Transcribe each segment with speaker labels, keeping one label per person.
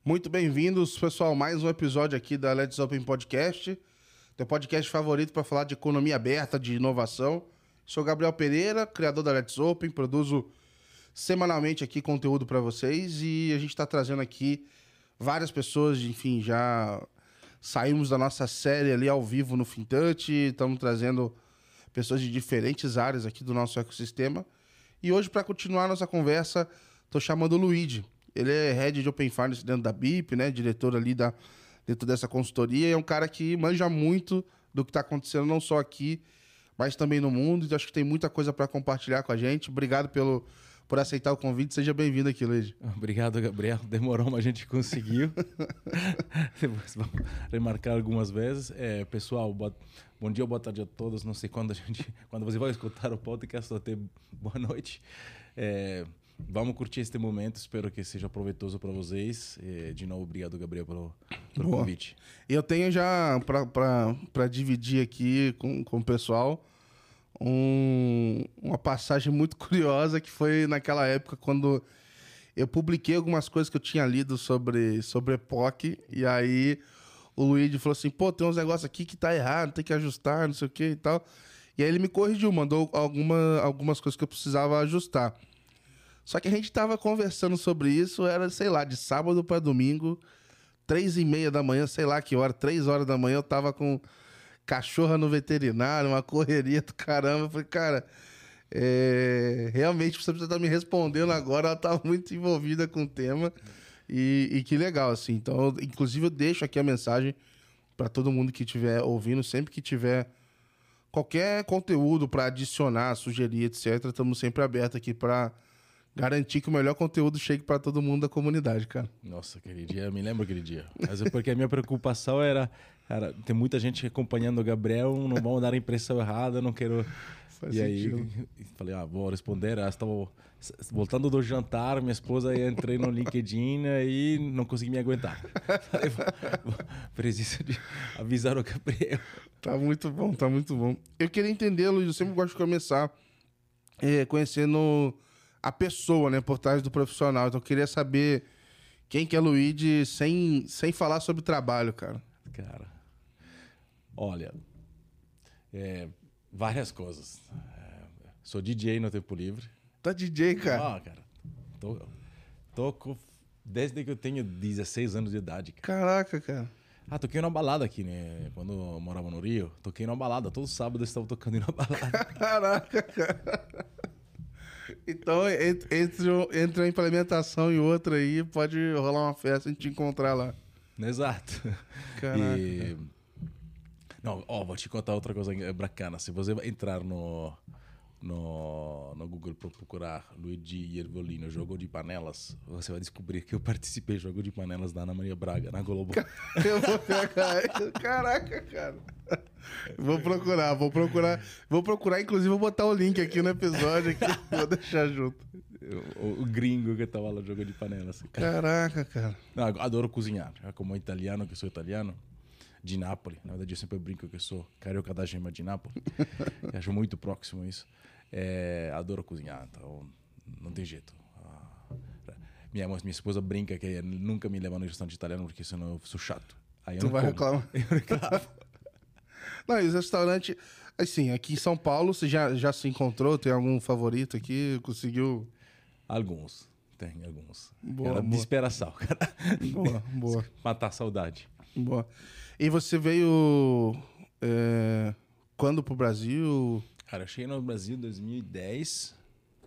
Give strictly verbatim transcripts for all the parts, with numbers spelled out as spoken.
Speaker 1: Muito bem-vindos, pessoal, mais um episódio aqui da Let's Open Podcast, teu podcast favorito para falar de economia aberta, de inovação. Sou Gabriel Pereira, criador da Let's Open, produzo semanalmente aqui conteúdo para vocês e a gente está trazendo aqui várias pessoas, enfim, já saímos da nossa série ali ao vivo no FinTouch, estamos trazendo pessoas de diferentes áreas aqui do nosso ecossistema. E hoje, para continuar nossa conversa, estou chamando o Luigi. Ele é Head de Open Finance dentro da B I P, né? Diretor ali da, dentro dessa consultoria. E é um cara que manja muito do que está acontecendo, não só aqui, mas também no mundo. Então, acho que tem muita coisa para compartilhar com a gente. Obrigado pelo, por aceitar o convite. Seja bem-vindo aqui, Luigi.
Speaker 2: Obrigado, Gabriel. Demorou, mas a gente conseguiu. Depois vamos remarcar algumas vezes. É, pessoal, boa, bom dia, boa tarde a todos. Não sei quando, a gente, quando você vai escutar o podcast, até boa noite. É, Vamos curtir este momento, espero que seja proveitoso para vocês. E, de novo, obrigado, Gabriel, pelo, pelo convite.
Speaker 1: Eu tenho já, para dividir aqui com, com o pessoal, um, uma passagem muito curiosa que foi naquela época quando eu publiquei algumas coisas que eu tinha lido sobre, sobre Epoch, e aí o Luigi falou assim, pô, tem uns negócios aqui que tá errado, tem que ajustar, não sei o que e tal. E aí ele me corrigiu, mandou alguma, algumas coisas que eu precisava ajustar. Só que a gente tava conversando sobre isso, era, sei lá, de sábado para domingo, três e meia da manhã, sei lá que hora, três horas da manhã, eu tava com cachorra no veterinário, uma correria do caramba. Eu falei, cara, é... realmente você precisa estar me respondendo agora, ela tá muito envolvida com o tema. E, e que legal, assim. Então, eu, inclusive, eu deixo aqui a mensagem para todo mundo que estiver ouvindo, sempre que tiver qualquer conteúdo para adicionar, sugerir, etcétera, estamos sempre abertos aqui para garantir que o melhor conteúdo chegue para todo mundo da comunidade, cara.
Speaker 2: Nossa, aquele dia, eu me lembro aquele dia. Mas é porque a minha preocupação era, era tem muita gente acompanhando o Gabriel, não vão dar a impressão errada, não quero...
Speaker 1: Faz
Speaker 2: e aí
Speaker 1: sentido.
Speaker 2: eu falei, ah, vou responder. Eu estava voltando do jantar, minha esposa, eu entrei no LinkedIn e não consegui me aguentar. Falei, vou, vou, preciso de avisar o Gabriel.
Speaker 1: Tá muito bom, tá muito bom. Eu queria entender, Luiz, eu sempre gosto de começar é, conhecendo a pessoa, né, por trás do profissional. Então eu queria saber quem que é Luigi sem, sem falar sobre trabalho, cara.
Speaker 2: Cara, olha, é, várias coisas. É, sou D J no tempo livre.
Speaker 1: Tá D J, cara?
Speaker 2: Ah, cara, tô, toco desde que eu tenho dezesseis anos de idade. Cara.
Speaker 1: Caraca, cara.
Speaker 2: Ah, toquei numa balada aqui, né? Quando eu morava no Rio, toquei numa balada. Todo sábado eu estava tocando numa balada.
Speaker 1: Caraca, cara. Então, entre, entre uma implementação e outra aí, pode rolar uma festa e a gente te encontrar lá.
Speaker 2: Exato.
Speaker 1: Caraca.
Speaker 2: E... Não, ó, vou te contar outra coisa bacana. Se você entrar no, no, no Google para procurar Luigi Iervolino, jogo de panelas, você vai descobrir que eu participei do jogo de panelas da Ana Maria Braga, na Globo.
Speaker 1: Eu vou pegar. Caraca, cara. Vou procurar, vou procurar. Vou procurar, inclusive, vou botar o link aqui no episódio. Aqui, vou deixar junto.
Speaker 2: O, o gringo que tava lá no jogo de panelas.
Speaker 1: Caraca, cara.
Speaker 2: Não, adoro cozinhar. Como italiano, que sou italiano, de Nápoles. Na verdade, eu sempre brinco que eu sou carioca da gema de Nápoles. Acho muito próximo isso. É, adoro cozinhar, então não tem jeito. Ah, minha, minha esposa brinca que nunca me leva no restaurante italiano porque senão eu sou chato. Aí eu
Speaker 1: Tu
Speaker 2: não
Speaker 1: vai
Speaker 2: como.
Speaker 1: reclamar.
Speaker 2: Eu reclamo.
Speaker 1: Não, e os restaurantes... Assim, aqui em São Paulo, você já, já se encontrou? Tem algum favorito aqui? Conseguiu...
Speaker 2: Alguns. Tem alguns.
Speaker 1: Boa,
Speaker 2: Era
Speaker 1: boa.
Speaker 2: desesperação, cara.
Speaker 1: Boa, boa.
Speaker 2: Matar a saudade.
Speaker 1: Boa. E você veio... É, quando pro Brasil?
Speaker 2: Cara, eu cheguei no Brasil em dois mil e dez.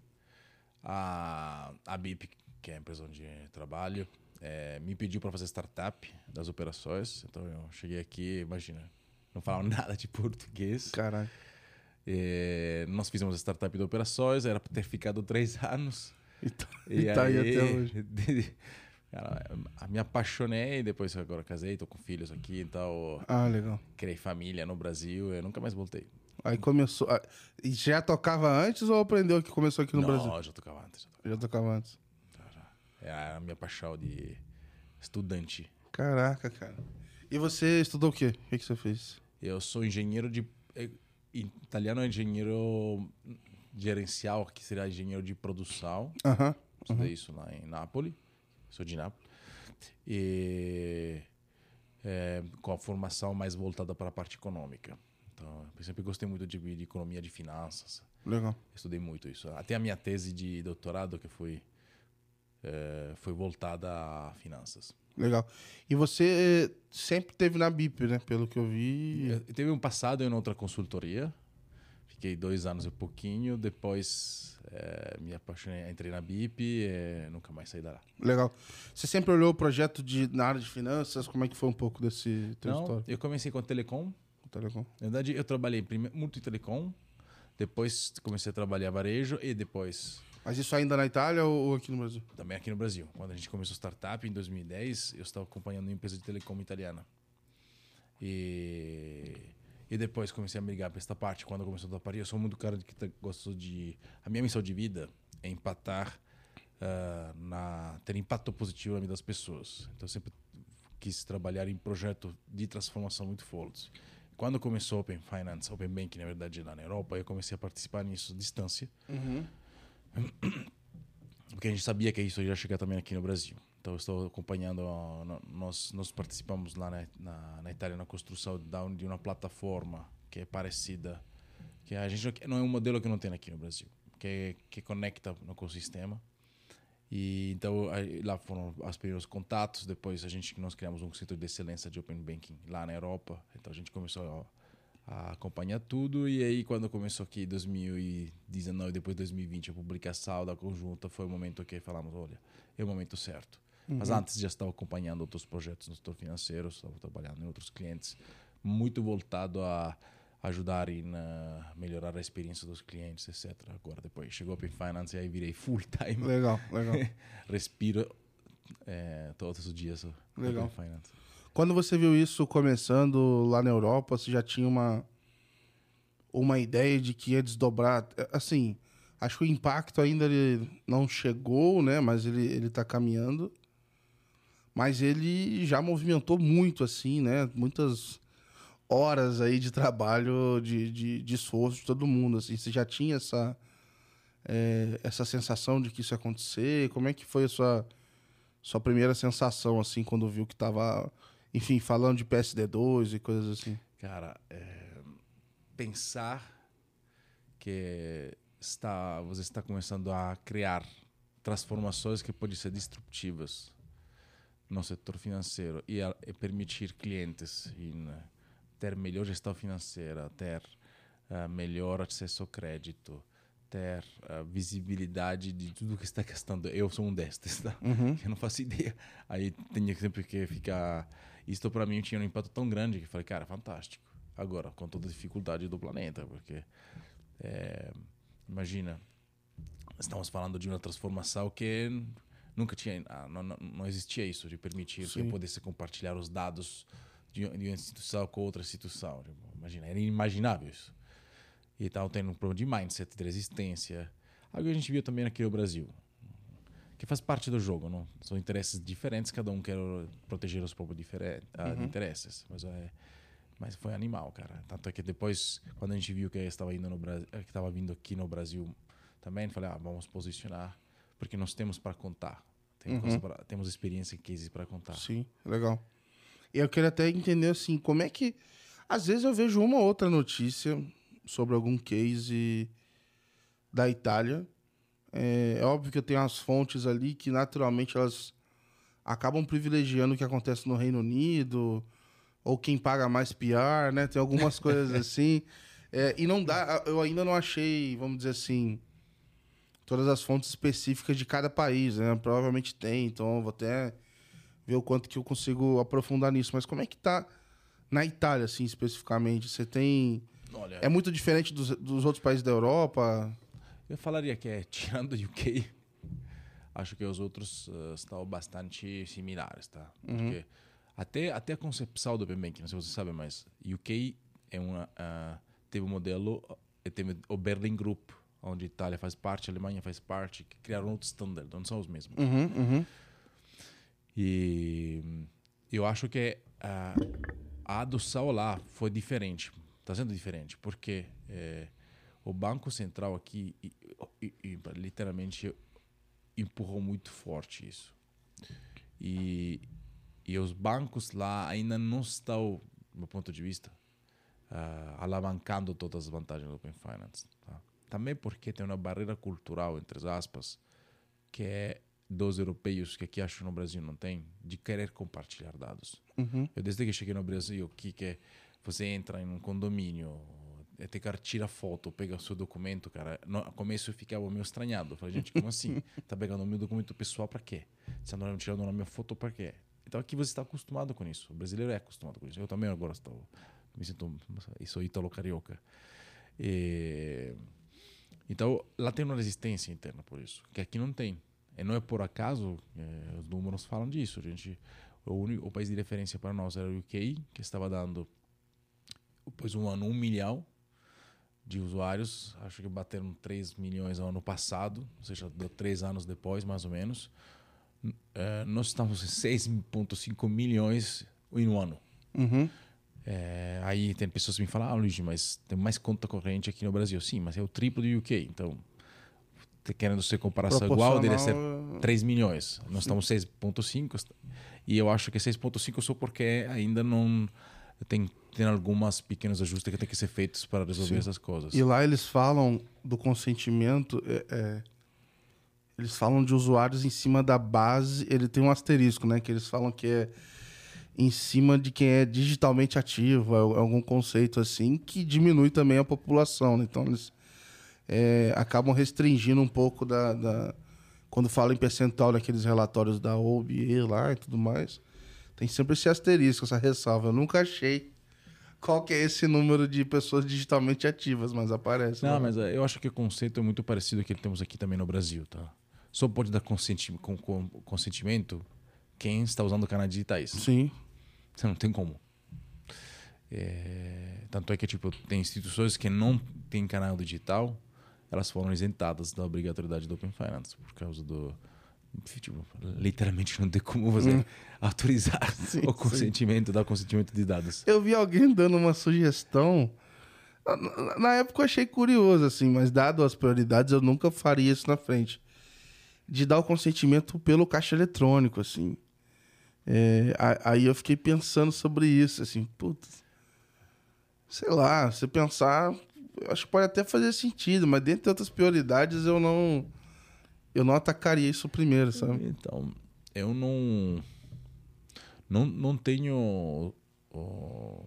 Speaker 2: A, a B I P, que é a empresa onde eu trabalho, é, me pediu para fazer startup das operações. Então eu cheguei aqui, imagina, não falava nada de português.
Speaker 1: Caralho.
Speaker 2: É, nós fizemos a startup de operações, era para ter ficado três anos.
Speaker 1: E tá,
Speaker 2: E,
Speaker 1: e tá aí,
Speaker 2: aí,
Speaker 1: até hoje.
Speaker 2: Cara, me apaixonei, depois agora casei, tô com filhos aqui, então
Speaker 1: Ah, legal.
Speaker 2: criei família no Brasil, eu nunca mais voltei.
Speaker 1: Aí começou... ah, E já tocava antes ou aprendeu que começou aqui no
Speaker 2: não,
Speaker 1: Brasil?
Speaker 2: Não, já tocava antes. Já tocava.
Speaker 1: Já tocava antes.
Speaker 2: É a minha paixão de estudante.
Speaker 1: Caraca, cara. E você estudou o quê? O que, que você fez?
Speaker 2: Eu sou engenheiro de... Em italiano é engenheiro gerencial, que seria engenheiro de produção.
Speaker 1: Aham.
Speaker 2: Estudei isso lá em Nápoles. Sou de Nápoles. e é, com a formação mais voltada para a parte econômica. Então, eu sempre gostei muito de, de economia, de finanças.
Speaker 1: Legal.
Speaker 2: Estudei muito isso. Até a minha tese de doutorado, que foi, é, foi voltada a finanças.
Speaker 1: Legal. E você sempre teve na B I P, né? Pelo que eu vi.
Speaker 2: Eu, teve um passado em outra consultoria. Fiquei dois anos e pouquinho. Depois é, me apaixonei, entrei na B I P e nunca mais saí da lá.
Speaker 1: Legal. Você sempre olhou o projeto de, na área de finanças? Como é que foi um pouco desse teu
Speaker 2: Não,
Speaker 1: história?
Speaker 2: eu comecei com telecom.
Speaker 1: Telecom.
Speaker 2: Na verdade, eu trabalhei primeiro muito em telecom. Depois comecei a trabalhar varejo e depois...
Speaker 1: Mas isso ainda na Itália ou aqui no Brasil?
Speaker 2: Também aqui no Brasil. Quando a gente começou a startup em dois mil e dez, eu estava acompanhando uma empresa de telecom italiana. E, e depois comecei a migrar para esta parte. Quando começou a Paris, eu sou muito cara que gosto de... A minha missão de vida é empatar, uh, na, ter impacto positivo na vida das pessoas. Então eu sempre quis trabalhar em projetos de transformação muito fortes. Quando começou Open Finance, Open Banking, na verdade, lá na Europa, eu comecei a participar nisso à distância.
Speaker 1: Uhum.
Speaker 2: Porque a gente sabia que isso ia chegar também aqui no Brasil. Então, eu estou acompanhando... Nós, nós participamos lá na, na, na Itália na construção de uma plataforma que é parecida. Que a gente não é um modelo que não tem aqui no Brasil. Que, que conecta no ecossistema. E, então, lá foram os primeiros contatos. Depois, a gente, nós criamos um centro de excelência de Open Banking lá na Europa. Então, a gente começou a, a acompanhar tudo. E aí, quando começou aqui em dois mil e dezenove, depois de dois mil e vinte, a publicação da conjunta, foi o momento que falamos, olha, é o momento certo. Uhum. Mas antes já estava acompanhando outros projetos no setor financeiro, estava trabalhando em outros clientes, muito voltado a ajudar em uh, melhorar a experiência dos clientes, etcétera. Agora, depois chegou Open Finance e aí virei full time.
Speaker 1: Legal, legal.
Speaker 2: Respiro é, todos os dias
Speaker 1: legal.
Speaker 2: Open Finance.
Speaker 1: Quando você viu isso começando lá na Europa, você já tinha uma, uma ideia de que ia desdobrar? Assim, acho que o impacto ainda ele não chegou, né? Mas ele, ele tá caminhando. Mas ele já movimentou muito, assim, né? Muitas horas aí de trabalho, de, de, de esforço de todo mundo, assim. Você já tinha essa, é, essa sensação de que isso ia acontecer? Como é que foi a sua, sua primeira sensação, assim, quando viu que tava, enfim, falando de P S D dois e coisas assim?
Speaker 2: Cara, é, pensar que está, você está começando a criar transformações que podem ser disruptivas no setor financeiro e, a, e permitir clientes em ter melhor gestão financeira, ter uh, melhor acesso ao crédito, ter uh, visibilidade de tudo que está gastando. Eu sou um destes, tá?
Speaker 1: Uhum.
Speaker 2: Eu não faço ideia. Aí tinha sempre que ficar... Isso para mim tinha um impacto tão grande que eu falei, cara, fantástico. Agora, com toda a dificuldade do planeta, porque... É, imagina, estamos falando de uma transformação que nunca tinha... Não, não, não existia isso, de permitir Sim. que eu pudesse compartilhar os dados de uma instituição com outra instituição. Imagina, era inimaginável isso. E então tem um problema de mindset, de resistência. Algo que a gente viu também aqui no Brasil, que faz parte do jogo, não? São interesses diferentes, cada um quer proteger os próprios uhum. interesses. Mas, é, mas foi animal, cara. Tanto é que depois, quando a gente viu que estava indo no Brasil, que estava vindo aqui no Brasil também, falei, ah, vamos posicionar, porque nós temos para contar. Tem
Speaker 1: uhum.
Speaker 2: coisa pra, temos experiência e cases para contar.
Speaker 1: Sim, legal. E eu queria até entender, assim, como é que... Às vezes eu vejo uma ou outra notícia sobre algum case da Itália. É, é óbvio que eu tenho as fontes ali que, naturalmente, elas acabam privilegiando o que acontece no Reino Unido, ou quem paga mais P R, né? Tem algumas coisas assim. É, e não dá... Eu ainda não achei, vamos dizer assim, todas as fontes específicas de cada país, né? Provavelmente tem, então eu vou até... ver o quanto que eu consigo aprofundar nisso. Mas como é que tá na Itália, assim, especificamente? Você tem... Olha, é muito diferente dos, dos outros países da Europa?
Speaker 2: Eu falaria que é, tirando o U K, acho que os outros uh, estão bastante similares, tá? Uhum. Porque até, até a concepção do Open Banking, não sei se você sabe, mas U K é uma, uh, teve um modelo, teve o Berlin Group, onde a Itália faz parte, a Alemanha faz parte, que criaram outro standard, não são os mesmos.
Speaker 1: Uhum, uhum.
Speaker 2: E eu acho que a, a adoção lá foi diferente. Está sendo diferente, porque é, o Banco Central aqui e, e, e, literalmente empurrou muito forte isso. E, e os bancos lá ainda não estão, do meu ponto de vista, uh, alavancando todas as vantagens do Open Finance. Tá? Também porque tem uma barreira cultural, entre aspas, que é dos europeus, que aqui acho que no Brasil não tem, de querer compartilhar dados.
Speaker 1: Uhum.
Speaker 2: Eu, desde que cheguei no Brasil, o que, que é? Você entra em um condomínio, até que tira foto, pega o seu documento, cara. No começo eu ficava meio estranhado. Eu falei, gente, como assim? Tá pegando o meu documento pessoal para quê? Você tá tirando a minha foto para quê? Então aqui você está acostumado com isso. O brasileiro é acostumado com isso. Eu também agora estou, me sinto, sou ítalo-carioca. E... Então lá tem uma resistência interna por isso, que aqui não tem. E não é por acaso, é, os números falam disso. A gente, o, único, o país de referência para nós era o U K, que estava dando, depois de um ano, um milhão de usuários. Acho que bateram três milhões no ano passado, ou seja, deu três anos depois, mais ou menos. É, nós estamos em seis vírgula cinco milhões em um ano.
Speaker 1: Uhum.
Speaker 2: É, aí tem pessoas que me falam, ah, Luiz, mas tem mais conta corrente aqui no Brasil. Sim, mas é o triplo do U K, então... querendo ser comparação igual, deveria ser três milhões. Nós estamos seis vírgula cinco e eu acho que seis vírgula cinco só porque ainda não tem, tem algumas pequenos ajustes que tem que ser feitos para resolver Sim. essas coisas.
Speaker 1: E lá eles falam do consentimento, é, é, eles falam de usuários em cima da base, ele tem um asterisco, né, que eles falam que é em cima de quem é digitalmente ativo, é algum conceito assim, que diminui também a população, né? Então eles É, acabam restringindo um pouco da, da... Quando fala em percentual naqueles relatórios da O B E lá e tudo mais, tem sempre esse asterisco, essa ressalva. Eu nunca achei qual que é esse número de pessoas digitalmente ativas, mas aparece.
Speaker 2: Não,
Speaker 1: lá.
Speaker 2: mas eu acho que o conceito é muito parecido que temos aqui também no Brasil, tá? Só pode dar consenti com, com, consentimento quem está usando canais digitais.
Speaker 1: Sim.
Speaker 2: Você não tem como. É... Tanto é que tipo, tem instituições que não têm canal digital, elas foram isentadas da obrigatoriedade do Open Finance por causa do... Tipo, literalmente não tem como você hum. autorizar sim, o consentimento, sim. dar consentimento de dados.
Speaker 1: Eu vi alguém dando uma sugestão. Na, na época eu achei curioso, assim, mas dado as prioridades, eu nunca faria isso na frente. De dar o consentimento pelo caixa eletrônico, assim. É, aí eu fiquei pensando sobre isso, assim, putz. Sei lá, se pensar... Acho que pode até fazer sentido, mas dentre outras prioridades eu não eu não atacaria isso primeiro, sabe?
Speaker 2: Então, eu não não, não tenho oh,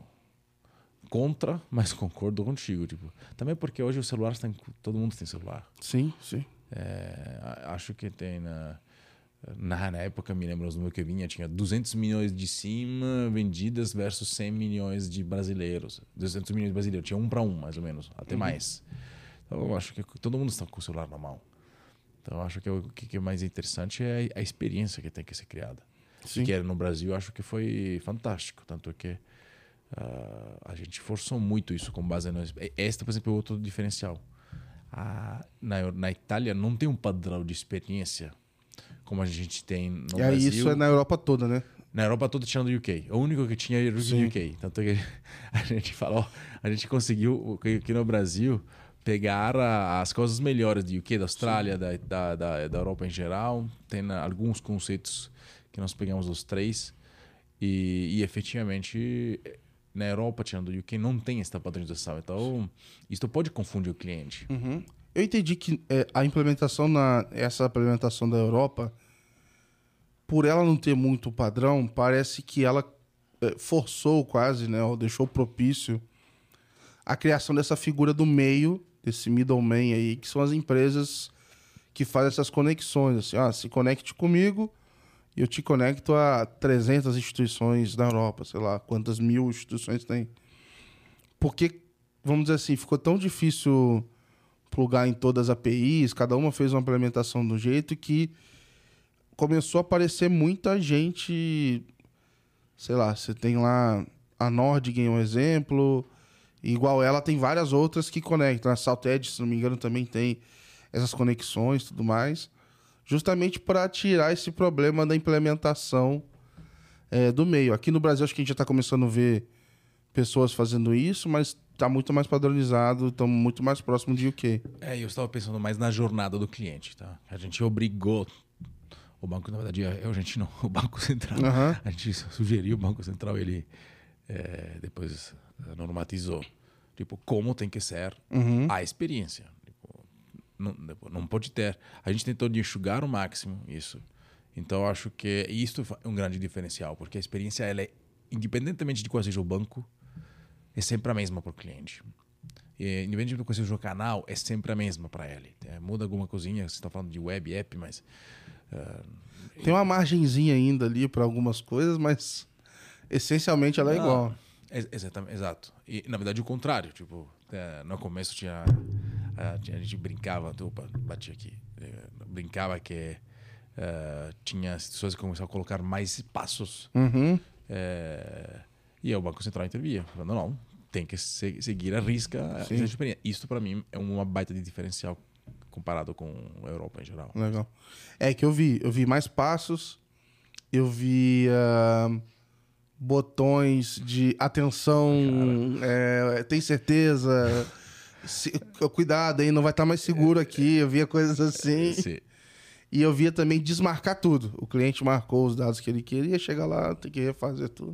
Speaker 2: contra, mas concordo contigo, tipo. Também porque hoje o celular tem, todo mundo tem celular.
Speaker 1: Sim, sim.
Speaker 2: É, acho que tem na Na, na época, me lembro, os números que vinha, tinha duzentos milhões de SIM vendidas versus cem milhões de brasileiros. duzentos milhões de brasileiros, tinha um para um, mais ou menos, até uhum. mais. Então, eu acho que todo mundo está com o celular na mão. Então, eu acho que o que é mais interessante é a experiência que tem que ser criada. Sim. Que no Brasil, eu acho que foi fantástico. Tanto que uh, a gente forçou muito isso com base no... Este, por exemplo, é outro diferencial. Uh, na, na Itália, não tem um padrão de experiência como a gente tem no
Speaker 1: e
Speaker 2: Brasil.
Speaker 1: E aí isso é na Europa toda, né?
Speaker 2: Na Europa toda tinha no U K. O único que tinha era o U K. Tanto que a gente falou, a gente conseguiu aqui no Brasil pegar a, as coisas melhores do U K, da Austrália, da, da, da, da Europa em geral. Tem alguns conceitos que nós pegamos os três. E, e efetivamente, na Europa, tirando do U K, não tem essa padronização. Então, isso pode confundir o cliente.
Speaker 1: Uhum. Eu entendi que é, a implementação, na, essa implementação da Europa, por ela não ter muito padrão, parece que ela é, forçou quase, né, ou deixou propício a criação dessa figura do meio, desse middleman aí, que são as empresas que fazem essas conexões. Assim, ah, se conecte comigo e eu te conecto a trezentas instituições da Europa, sei lá, quantas mil instituições tem. Porque, vamos dizer assim, ficou tão difícil plugar em todas as A P Is, cada uma fez uma implementação do jeito que começou a aparecer muita gente, sei lá, você tem lá a Nordic, um exemplo, igual ela tem várias outras que conectam. A SaltEdge, se não me engano, também tem essas conexões e tudo mais, justamente para tirar esse problema da implementação é, do meio. Aqui no Brasil acho que a gente já está começando a ver pessoas fazendo isso, mas está muito mais padronizado, estamos muito mais próximo de U K.
Speaker 2: É, eu estava pensando mais na jornada do cliente, tá? A gente obrigou o banco, na verdade, é, a gente não, o Banco Central.
Speaker 1: Uhum.
Speaker 2: A gente sugeriu, o Banco Central, ele é, depois normatizou, tipo, como tem que ser
Speaker 1: Uhum.
Speaker 2: a experiência. Tipo, não, não pode ter. A gente tentou de enxugar o máximo isso. Então, acho que isso é um grande diferencial, porque a experiência, ela é, independentemente de qual seja o banco, é sempre a mesma para o cliente. E, independente de qual seja o canal, é sempre a mesma para ele. É, muda alguma coisinha, você está falando de web, app, mas... Uh,
Speaker 1: Tem uma margenzinha ainda ali para algumas coisas, mas essencialmente ela é
Speaker 2: não,
Speaker 1: igual.
Speaker 2: É, exatamente, exato. E, na verdade, o contrário. Tipo, é, no começo tinha... A, a gente brincava... Opa, bati aqui. É, brincava que uh, tinha pessoas que começaram a colocar mais passos.
Speaker 1: Uhum.
Speaker 2: É, e aí o Banco Central intervia. Falando, não, tem que se, seguir a risca essa experiência. Isso, para mim, é uma baita de diferencial comparado com a Europa em geral.
Speaker 1: Legal. É que eu vi, eu vi mais passos, eu vi uh, botões de atenção, é, tem certeza, se, cuidado aí, não vai estar mais seguro aqui, eu via coisas assim.
Speaker 2: Sim.
Speaker 1: E eu via também desmarcar tudo. O cliente marcou os dados que ele queria, chega lá, tem que refazer tudo.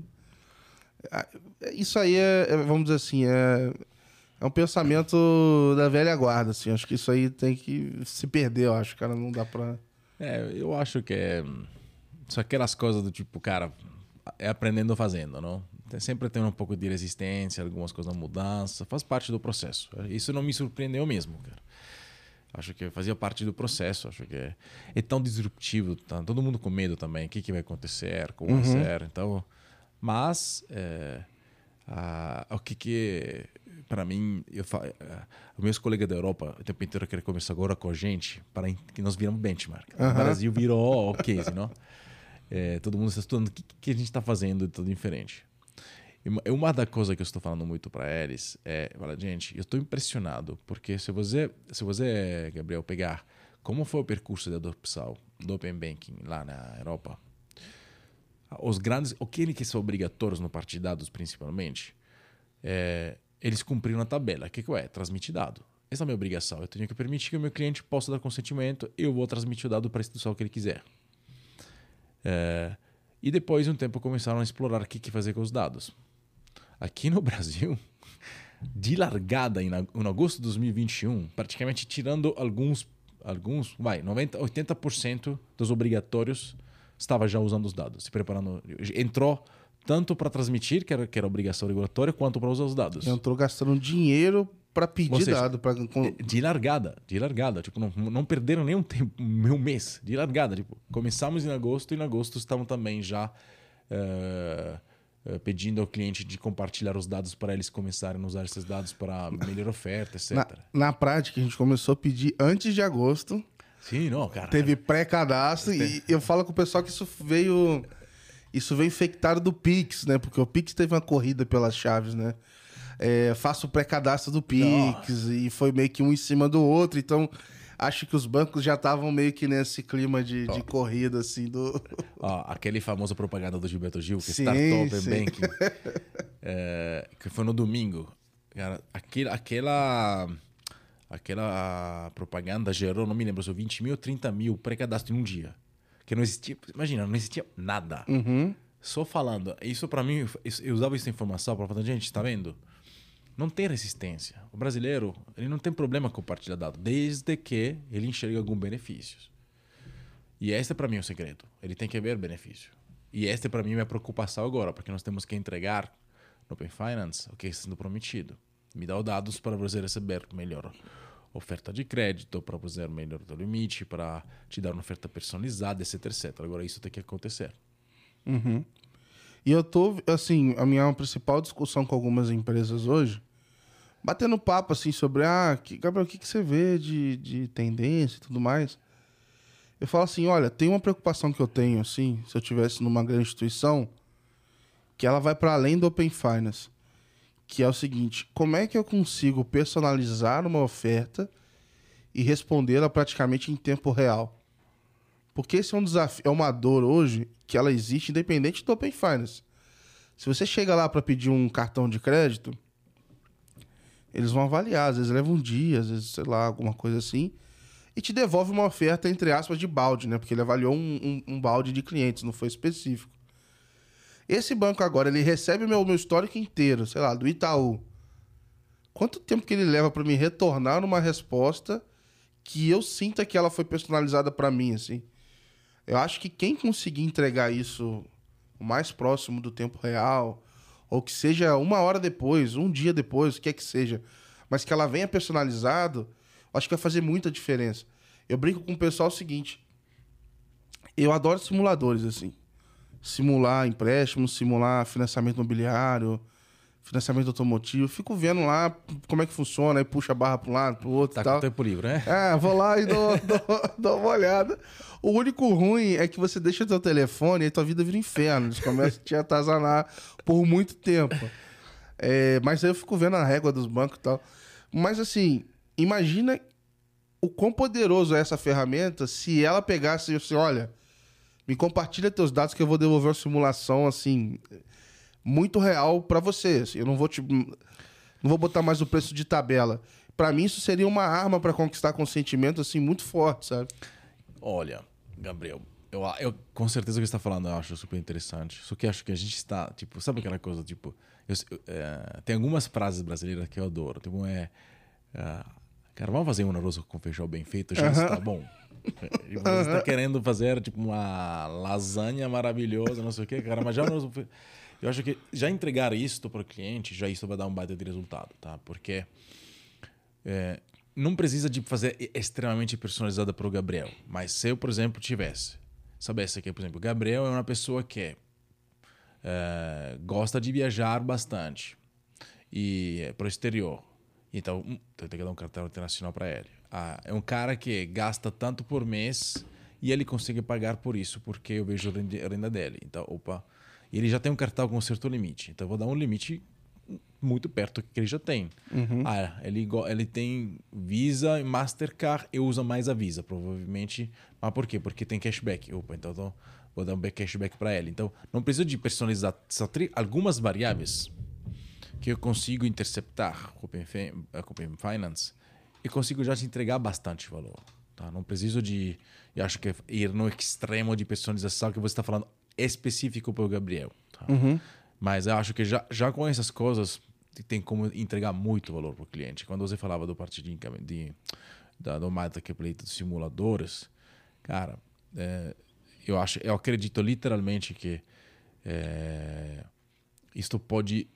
Speaker 1: Isso aí é, vamos dizer assim, é... É um pensamento da velha guarda, assim. Acho que isso aí tem que se perder, eu acho, cara. Não dá pra...
Speaker 2: É, eu acho que é... Só aquelas coisas do tipo, cara, é aprendendo fazendo, não? Tem, sempre tem um pouco de resistência, algumas coisas na mudança. Faz parte do processo. Isso não me surpreendeu mesmo, cara. Acho que fazia parte do processo. Acho que é, é tão disruptivo. Tá, todo mundo com medo também. O que, que vai acontecer, como
Speaker 1: Uhum.
Speaker 2: vai ser. Então, mas... É, a, o que que... Para mim, eu falo, uh, os meus colegas da Europa o tempo inteiro querem começar agora com a gente para que nós viramos benchmark. Uhum. O Brasil virou o case, não? É, todo mundo está estudando o que, que a gente está fazendo de tudo diferente. E uma das coisas que eu estou falando muito para eles é, fala, gente, eu estou impressionado porque se você, se você, Gabriel, pegar como foi o percurso de adoção do Open Banking lá na Europa, os grandes, aqueles que são obrigatórios no parte de dados principalmente, é, eles cumpriram a tabela. O que, que é? Transmitir dado. Essa é a minha obrigação. Eu tenho que permitir que o meu cliente possa dar consentimento e eu vou transmitir o dado para a instituição que ele quiser. É, e depois de um tempo começaram a explorar o que, que fazer com os dados. Aqui no Brasil, de largada em, em agosto de dois mil e vinte e um, praticamente tirando alguns, alguns vai, noventa, oitenta por cento dos obrigatórios estava já usando os dados, se preparando. Entrou tanto para transmitir, que era, que era obrigação regulatória, quanto para usar os dados.
Speaker 1: Entrou gastando dinheiro para pedir seja, dado. Pra...
Speaker 2: De largada, de largada. Tipo, não, não perderam nem um tempo, um mês. De largada. Tipo, começamos em agosto e em agosto estavam também já uh, uh, pedindo ao cliente de compartilhar os dados para eles começarem a usar esses dados para melhor oferta, etcétera.
Speaker 1: Na, na prática, a gente começou a pedir antes de agosto.
Speaker 2: Sim, não, cara.
Speaker 1: Teve pré-cadastro e eu falo com o pessoal que isso veio... Isso veio infectado do Pix, né? Porque o Pix teve uma corrida pelas chaves, né? É, faço o pré-cadastro do Pix. Nossa. E foi meio que um em cima do outro. Então, acho que os bancos já estavam meio que nesse clima de, oh. de corrida, assim, do...
Speaker 2: Oh, aquele famoso propaganda do Gilberto Gil, que
Speaker 1: sim,
Speaker 2: startou Open
Speaker 1: sim.
Speaker 2: Banking, é, que foi no domingo. Cara, aquela, aquela, aquela propaganda gerou, não me lembro se vinte mil ou trinta mil pré-cadastro em um dia. Que não existia, imagina, não existia nada.
Speaker 1: Uhum.
Speaker 2: Só falando. Isso para mim, eu usava essa informação para falar, gente, tá vendo? Não tem resistência. O brasileiro, ele não tem problema com compartilhar dados, desde que ele enxergue algum benefício. E este para mim é o segredo. Ele tem que ver benefício. E este para mim é a minha preocupação agora, porque nós temos que entregar no Open Finance o que está sendo prometido. Me dá os dados para você receber melhor oferta de crédito, para fazer melhor do limite, para te dar uma oferta personalizada, etc, etcétera. Agora isso tem que acontecer.
Speaker 1: Uhum. E eu tô, assim, a minha principal discussão com algumas empresas hoje, batendo papo, assim, sobre, ah, que, Gabriel, o que, que você vê de, de tendência e tudo mais? Eu falo assim, olha, tem uma preocupação que eu tenho, assim, se eu tivesse numa grande instituição, que ela vai para além do Open Finance. Que é o seguinte, como é que eu consigo personalizar uma oferta e respondê-la praticamente em tempo real? Porque esse é um desafio, é uma dor hoje que ela existe independente do Open Finance. Se você chega lá para pedir um cartão de crédito, eles vão avaliar, às vezes leva um dia, às vezes, sei lá, alguma coisa assim. e te devolve uma oferta, entre aspas, de balde, né? Porque ele avaliou um, um, um balde de clientes, não foi específico. Esse banco agora, ele recebe meu, meu histórico inteiro, sei lá, do Itaú. Quanto tempo que ele leva para me retornar uma resposta que eu sinta que ela foi personalizada para mim, assim? Eu acho que quem conseguir entregar isso o mais próximo do tempo real, ou que seja uma hora depois, um dia depois, o que é que seja, mas que ela venha personalizado, acho que vai fazer muita diferença. Eu brinco com o pessoal o seguinte, eu adoro simuladores, assim. Simular empréstimo, simular financiamento imobiliário, financiamento automotivo. Fico vendo lá como é que funciona, aí puxa a barra para um lado, para o outro
Speaker 2: Tá
Speaker 1: e tal.
Speaker 2: com tempo livre, né?
Speaker 1: É, vou lá e dou, dou, dou uma olhada. O único ruim é que você deixa teu telefone e tua vida vira um inferno. Eles começam a te atazanar por muito tempo. É, mas aí eu fico vendo a régua dos bancos e tal. Mas assim, imagina o quão poderoso é essa ferramenta se ela pegasse e assim, olha, me compartilha teus dados que eu vou devolver uma simulação, assim, muito real para você. Assim, eu não vou te, não vou botar mais o preço de tabela. Para mim, isso seria uma arma para conquistar consentimento, assim, muito forte, sabe?
Speaker 2: Olha, Gabriel, eu, eu com certeza o que você está falando eu acho super interessante. Só que acho que a gente está, tipo, sabe aquela coisa, tipo, eu, é, tem algumas frases brasileiras que eu adoro. Tipo, é, é cara, vamos fazer um arroz com feijão bem feito, já
Speaker 1: Aham.
Speaker 2: está bom. E você está querendo fazer, tipo, uma lasanha maravilhosa, não sei o quê, cara, mas já não... Eu acho que já entregar isto para o cliente, já isso vai dar um baita de resultado, tá? Porque é, não precisa de fazer extremamente personalizada para o Gabriel. Mas se eu, por exemplo, tivesse, soubesse que, por exemplo, o Gabriel é uma pessoa que é, gosta de viajar bastante e é, para o exterior. Então, hum, tem que dar um cartão internacional para ele. Ah, é um cara que gasta tanto por mês e ele consegue pagar por isso, porque eu vejo a renda dele. Então, opa... Ele já tem um cartão com um certo limite. Então, eu vou dar um limite muito perto do que ele já tem.
Speaker 1: Uhum.
Speaker 2: Ah, ele, ele tem Visa e Mastercard e usa mais a Visa, provavelmente. Mas por quê? Porque tem cashback. Opa, então eu vou dar um cashback para ele. Então, não preciso de personalizar. Só tem algumas variáveis que eu consigo interceptar com a Open Finance e consigo já te entregar bastante valor. Tá? Não preciso de... Eu acho que ir no extremo de personalização que você está falando específico para o Gabriel. Tá?
Speaker 1: Uhum.
Speaker 2: Mas eu acho que já, já com essas coisas tem como entregar muito valor para o cliente. Quando você falava do parte de, de, da, do marketplace dos simuladores, cara, é, eu, acho, eu acredito literalmente que é, isto pode...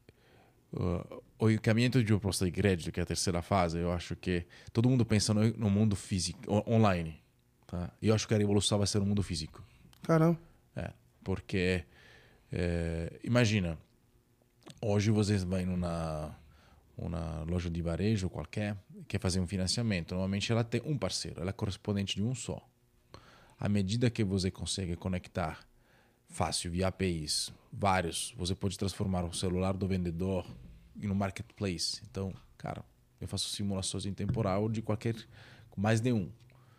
Speaker 2: Uh, o encaminhamento de proposta de crédito, que é a terceira fase, eu acho que todo mundo pensa no, no mundo físico, online. Tá? E eu acho que a revolução vai ser no mundo físico.
Speaker 1: Caramba.
Speaker 2: É, porque é, imagina, hoje vocês vão numa uma loja de varejo qualquer, quer fazer um financiamento, normalmente ela tem um parceiro, ela é correspondente de um só. À medida que você consegue conectar fácil via A P Is, vários, você pode transformar o celular do vendedor em um marketplace. Então, cara, eu faço simulações em temporal de qualquer, com mais de um.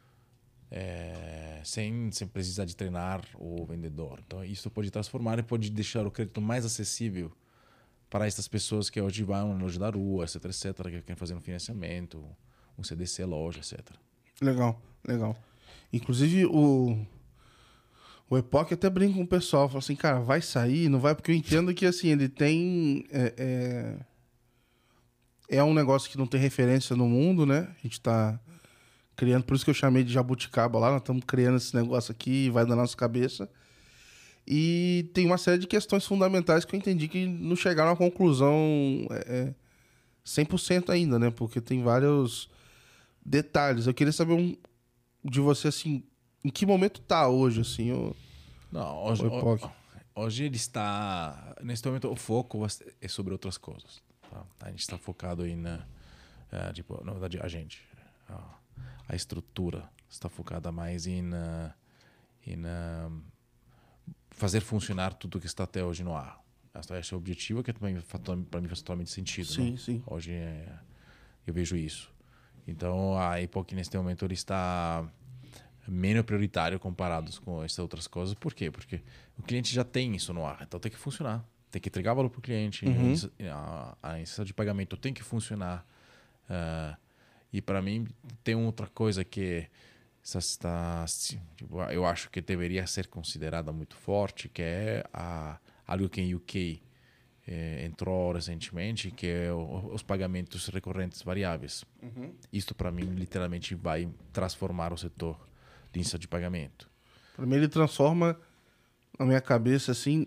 Speaker 2: É, sem, sem precisar de treinar o vendedor. Então, isso pode transformar e pode deixar o crédito mais acessível para essas pessoas que hoje vão na loja da rua, etc, etc, que querem fazer um financiamento, um C D C loja, etcétera.
Speaker 1: Legal, legal. Inclusive, o, o Epoch até brinca com o pessoal, fala assim, cara, vai sair, não vai? Porque eu entendo que, assim, ele tem... É, é, é um negócio que não tem referência no mundo, né? A gente tá... criando, por isso que eu chamei de jabuticaba lá, nós estamos criando esse negócio aqui, vai da nossa cabeça. E tem uma série de questões fundamentais que eu entendi que não chegaram à conclusão é, cem por cento ainda, né? Porque tem vários detalhes. Eu queria saber um, de você, assim, em que momento tá hoje, assim, o,
Speaker 2: não, hoje,
Speaker 1: o Epoch?
Speaker 2: Hoje ele está... Neste momento o foco é sobre outras coisas. Tá? A gente está focado em... Uh, tipo, na verdade, a gente... Uh, a estrutura está focada mais em, uh, em uh, fazer funcionar tudo que está até hoje no ar. Esse é o objetivo que para mim faz totalmente sentido.
Speaker 1: Sim,
Speaker 2: né?
Speaker 1: sim.
Speaker 2: Hoje é, eu vejo isso. Então a Epoch neste momento ele está menos prioritário comparado com essas outras coisas. Por quê? Porque o cliente já tem isso no ar, então tem que funcionar. Tem que entregar valor para o cliente, uhum. a, a necessidade de pagamento tem que funcionar. Uh, E para mim tem outra coisa que está, tipo, eu acho que deveria ser considerada muito forte, que é a, algo que em U K eh, entrou recentemente, que é o, os pagamentos recorrentes variáveis. Uhum. Isto para mim literalmente vai transformar o setor de instância de pagamento.
Speaker 1: Para mim ele transforma, na minha cabeça, assim,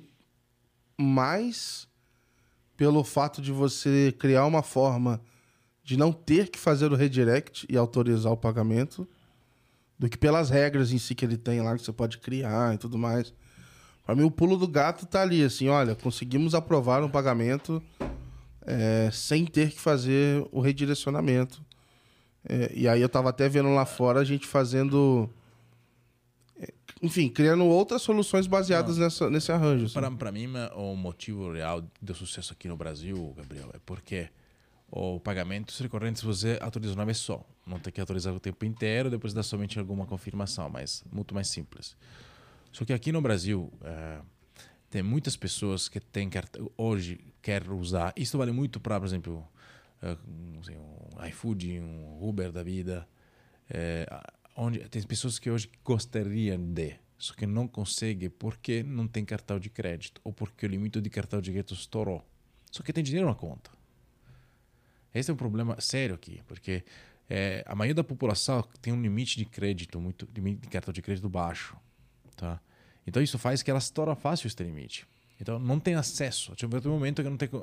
Speaker 1: mais pelo fato de você criar uma forma de não ter que fazer o redirect e autorizar o pagamento, do que pelas regras em si que ele tem lá, que você pode criar e tudo mais. Para mim, o pulo do gato tá ali, assim, olha, conseguimos aprovar um pagamento é, sem ter que fazer o redirecionamento. É, e aí eu tava até vendo lá fora a gente fazendo... É, enfim, criando outras soluções baseadas nessa, nesse arranjo. Assim.
Speaker 2: Para mim, o motivo real do sucesso aqui no Brasil, Gabriel, é porque o pagamentos recorrentes você autoriza uma vez só. Não tem que autorizar o tempo inteiro, depois dá somente alguma confirmação, mas muito mais simples. Só que aqui no Brasil, é, tem muitas pessoas que têm hoje querem usar. Isso vale muito para, por exemplo, é, sei, um iFood, um Uber da vida. É, onde tem pessoas que hoje gostariam de, só que não conseguem porque não tem cartão de crédito ou porque o limite de cartão de crédito estourou. Só que tem dinheiro na conta. Esse é um problema sério aqui, porque é, a maioria da população tem um limite de crédito, muito, limite de cartão de crédito baixo. Tá? Então isso faz que ela estoura fácil esse limite. Então não tem acesso. Tinha um momento que não tem,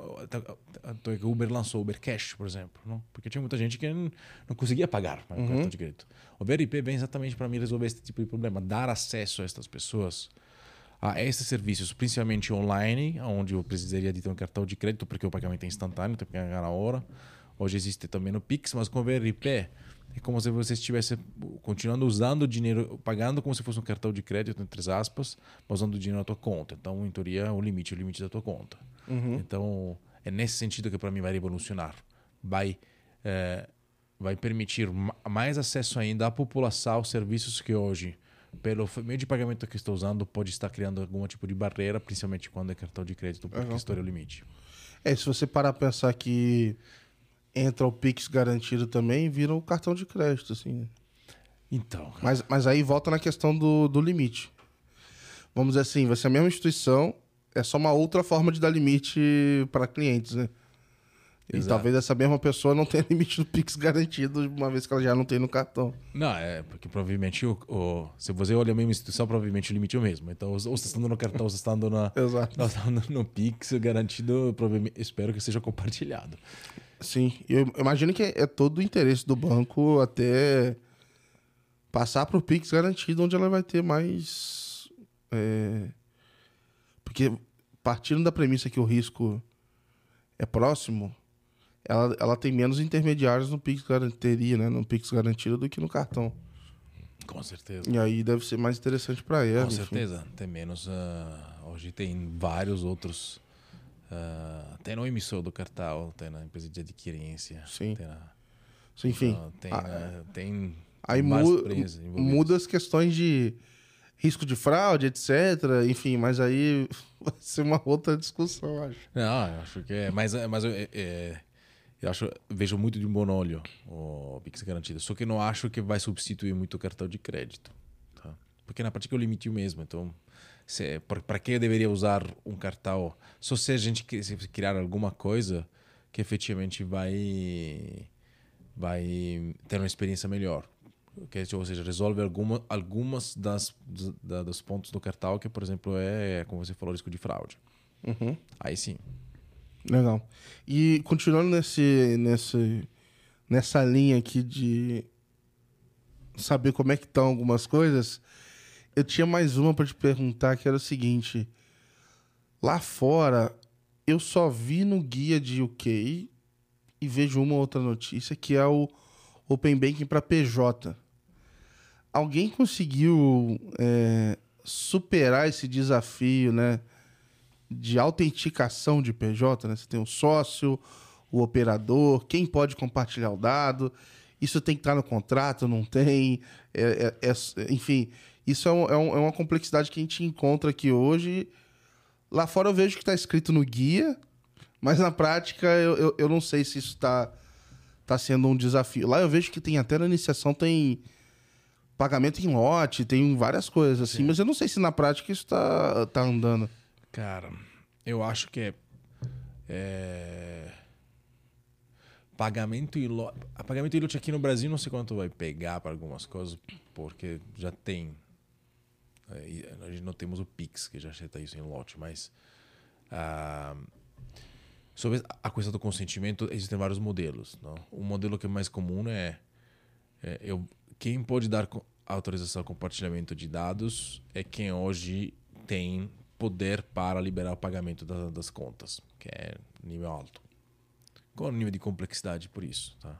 Speaker 2: o Uber lançou o Uber Cash, por exemplo, não? Porque tinha muita gente que não, não conseguia pagar o uhum. cartão de crédito. O V R P vem exatamente para mim resolver esse tipo de problema, dar acesso a essas pessoas a esses serviços, principalmente online, onde eu precisaria de ter um cartão de crédito porque o pagamento é instantâneo, tem que pagar na hora. Hoje existe também no Pix, mas com o V R P é como se você estivesse continuando usando o dinheiro, pagando como se fosse um cartão de crédito, entre aspas, mas usando o dinheiro na tua conta. Então, em teoria, o limite é o limite da tua conta. Uhum. Então, é nesse sentido que para mim vai revolucionar. Vai, é, vai permitir mais acesso ainda à população aos serviços que hoje, pelo meio de pagamento que estou usando, pode estar criando algum tipo de barreira, principalmente quando é cartão de crédito, porque uhum. estoura o limite.
Speaker 1: É, se você parar a pensar que entra o Pix garantido também, vira o cartão de crédito, assim.
Speaker 2: Então.
Speaker 1: Mas, mas aí volta na questão do, do limite. Vamos dizer assim, vai ser a mesma instituição, é só uma outra forma de dar limite para clientes, né? E Exato. Talvez essa mesma pessoa não tenha limite do Pix garantido, uma vez que ela já não tem no cartão.
Speaker 2: Não, é porque provavelmente, o, o, se você olha a mesma instituição, provavelmente o limite é o mesmo. Então, ou você está andando no cartão, ou você está andando, na,
Speaker 1: Exato.
Speaker 2: Ou você está andando no Pix garantido, provavelmente, espero que seja compartilhado.
Speaker 1: Sim, eu imagino que é todo o interesse do banco até passar para o Pix garantido, onde ela vai ter mais... É... Porque partindo da premissa que o risco é próximo, ela, ela tem menos intermediários no Pix garantiria, né? No Pix garantido do que no cartão.
Speaker 2: Com certeza.
Speaker 1: E aí deve ser mais interessante para ela.
Speaker 2: Com enfim. certeza. Tem menos... Uh, hoje tem vários outros... Uh, tem no emissor do cartão, tem na empresa de adquirência.
Speaker 1: Sim.
Speaker 2: Tem na,
Speaker 1: Sim, enfim.
Speaker 2: Uh, tem,
Speaker 1: ah,
Speaker 2: uh, tem
Speaker 1: aí mu muda as questões de risco de fraude, etcétera. Enfim, mas aí vai ser uma outra discussão, acho.
Speaker 2: Não, eu acho que é. Mas, mas é, é, eu acho, vejo muito de um bom olho o Pix garantido. Só que não acho que vai substituir muito o cartão de crédito. Tá? Porque na prática é o limite o mesmo. Então, para que eu deveria usar um cartão? Só se a gente criar alguma coisa que efetivamente vai, vai ter uma experiência melhor. Okay? Ou seja, resolve alguma, algumas das, da, dos pontos do cartão que, por exemplo, é, como você falou, risco de fraude.
Speaker 1: Uhum.
Speaker 2: Aí sim.
Speaker 1: Legal. E continuando nesse, nesse, nessa linha aqui de saber como é que estão algumas coisas, eu tinha mais uma para te perguntar, que era o seguinte. Lá fora, eu só vi no guia de U K e vejo uma outra notícia, que é o Open Banking para P J. Alguém conseguiu é, superar esse desafio, né, de autenticação de P J? Né? Você tem o sócio, o operador, quem pode compartilhar o dado. Isso tem que estar no contrato, não tem? É, é, é, enfim... Isso é, um, é, um, é uma complexidade que a gente encontra aqui hoje. Lá fora eu vejo que está escrito no guia, mas na prática eu, eu, eu não sei se isso está tá sendo um desafio. Lá eu vejo que tem até na iniciação tem pagamento em lote, tem várias coisas assim, Sim. mas eu não sei se na prática isso tá, tá andando.
Speaker 2: Cara, eu acho que é, é... pagamento em lote. Pagamento em lote aqui no Brasil não sei quanto vai pegar para algumas coisas, porque já tem. A gente não temos o Pix, que já aceita isso em lote, mas ah, sobre a questão do consentimento, existem vários modelos. Não? O modelo que é mais comum é, é eu, quem pode dar autorização ao compartilhamento de dados é quem hoje tem poder para liberar o pagamento da, das contas, que é nível alto. Com nível de complexidade por isso. Tá?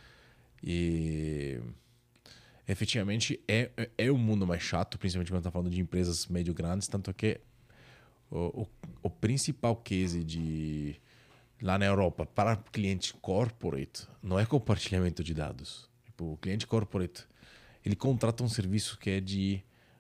Speaker 2: E efetivamente é, é o mundo mais chato, principalmente quando está falando de empresas médio grandes, tanto que o, o, o principal case de lá na Europa para cliente corporate não é compartilhamento de dados. Tipo, o cliente corporate ele contrata um serviço que é de,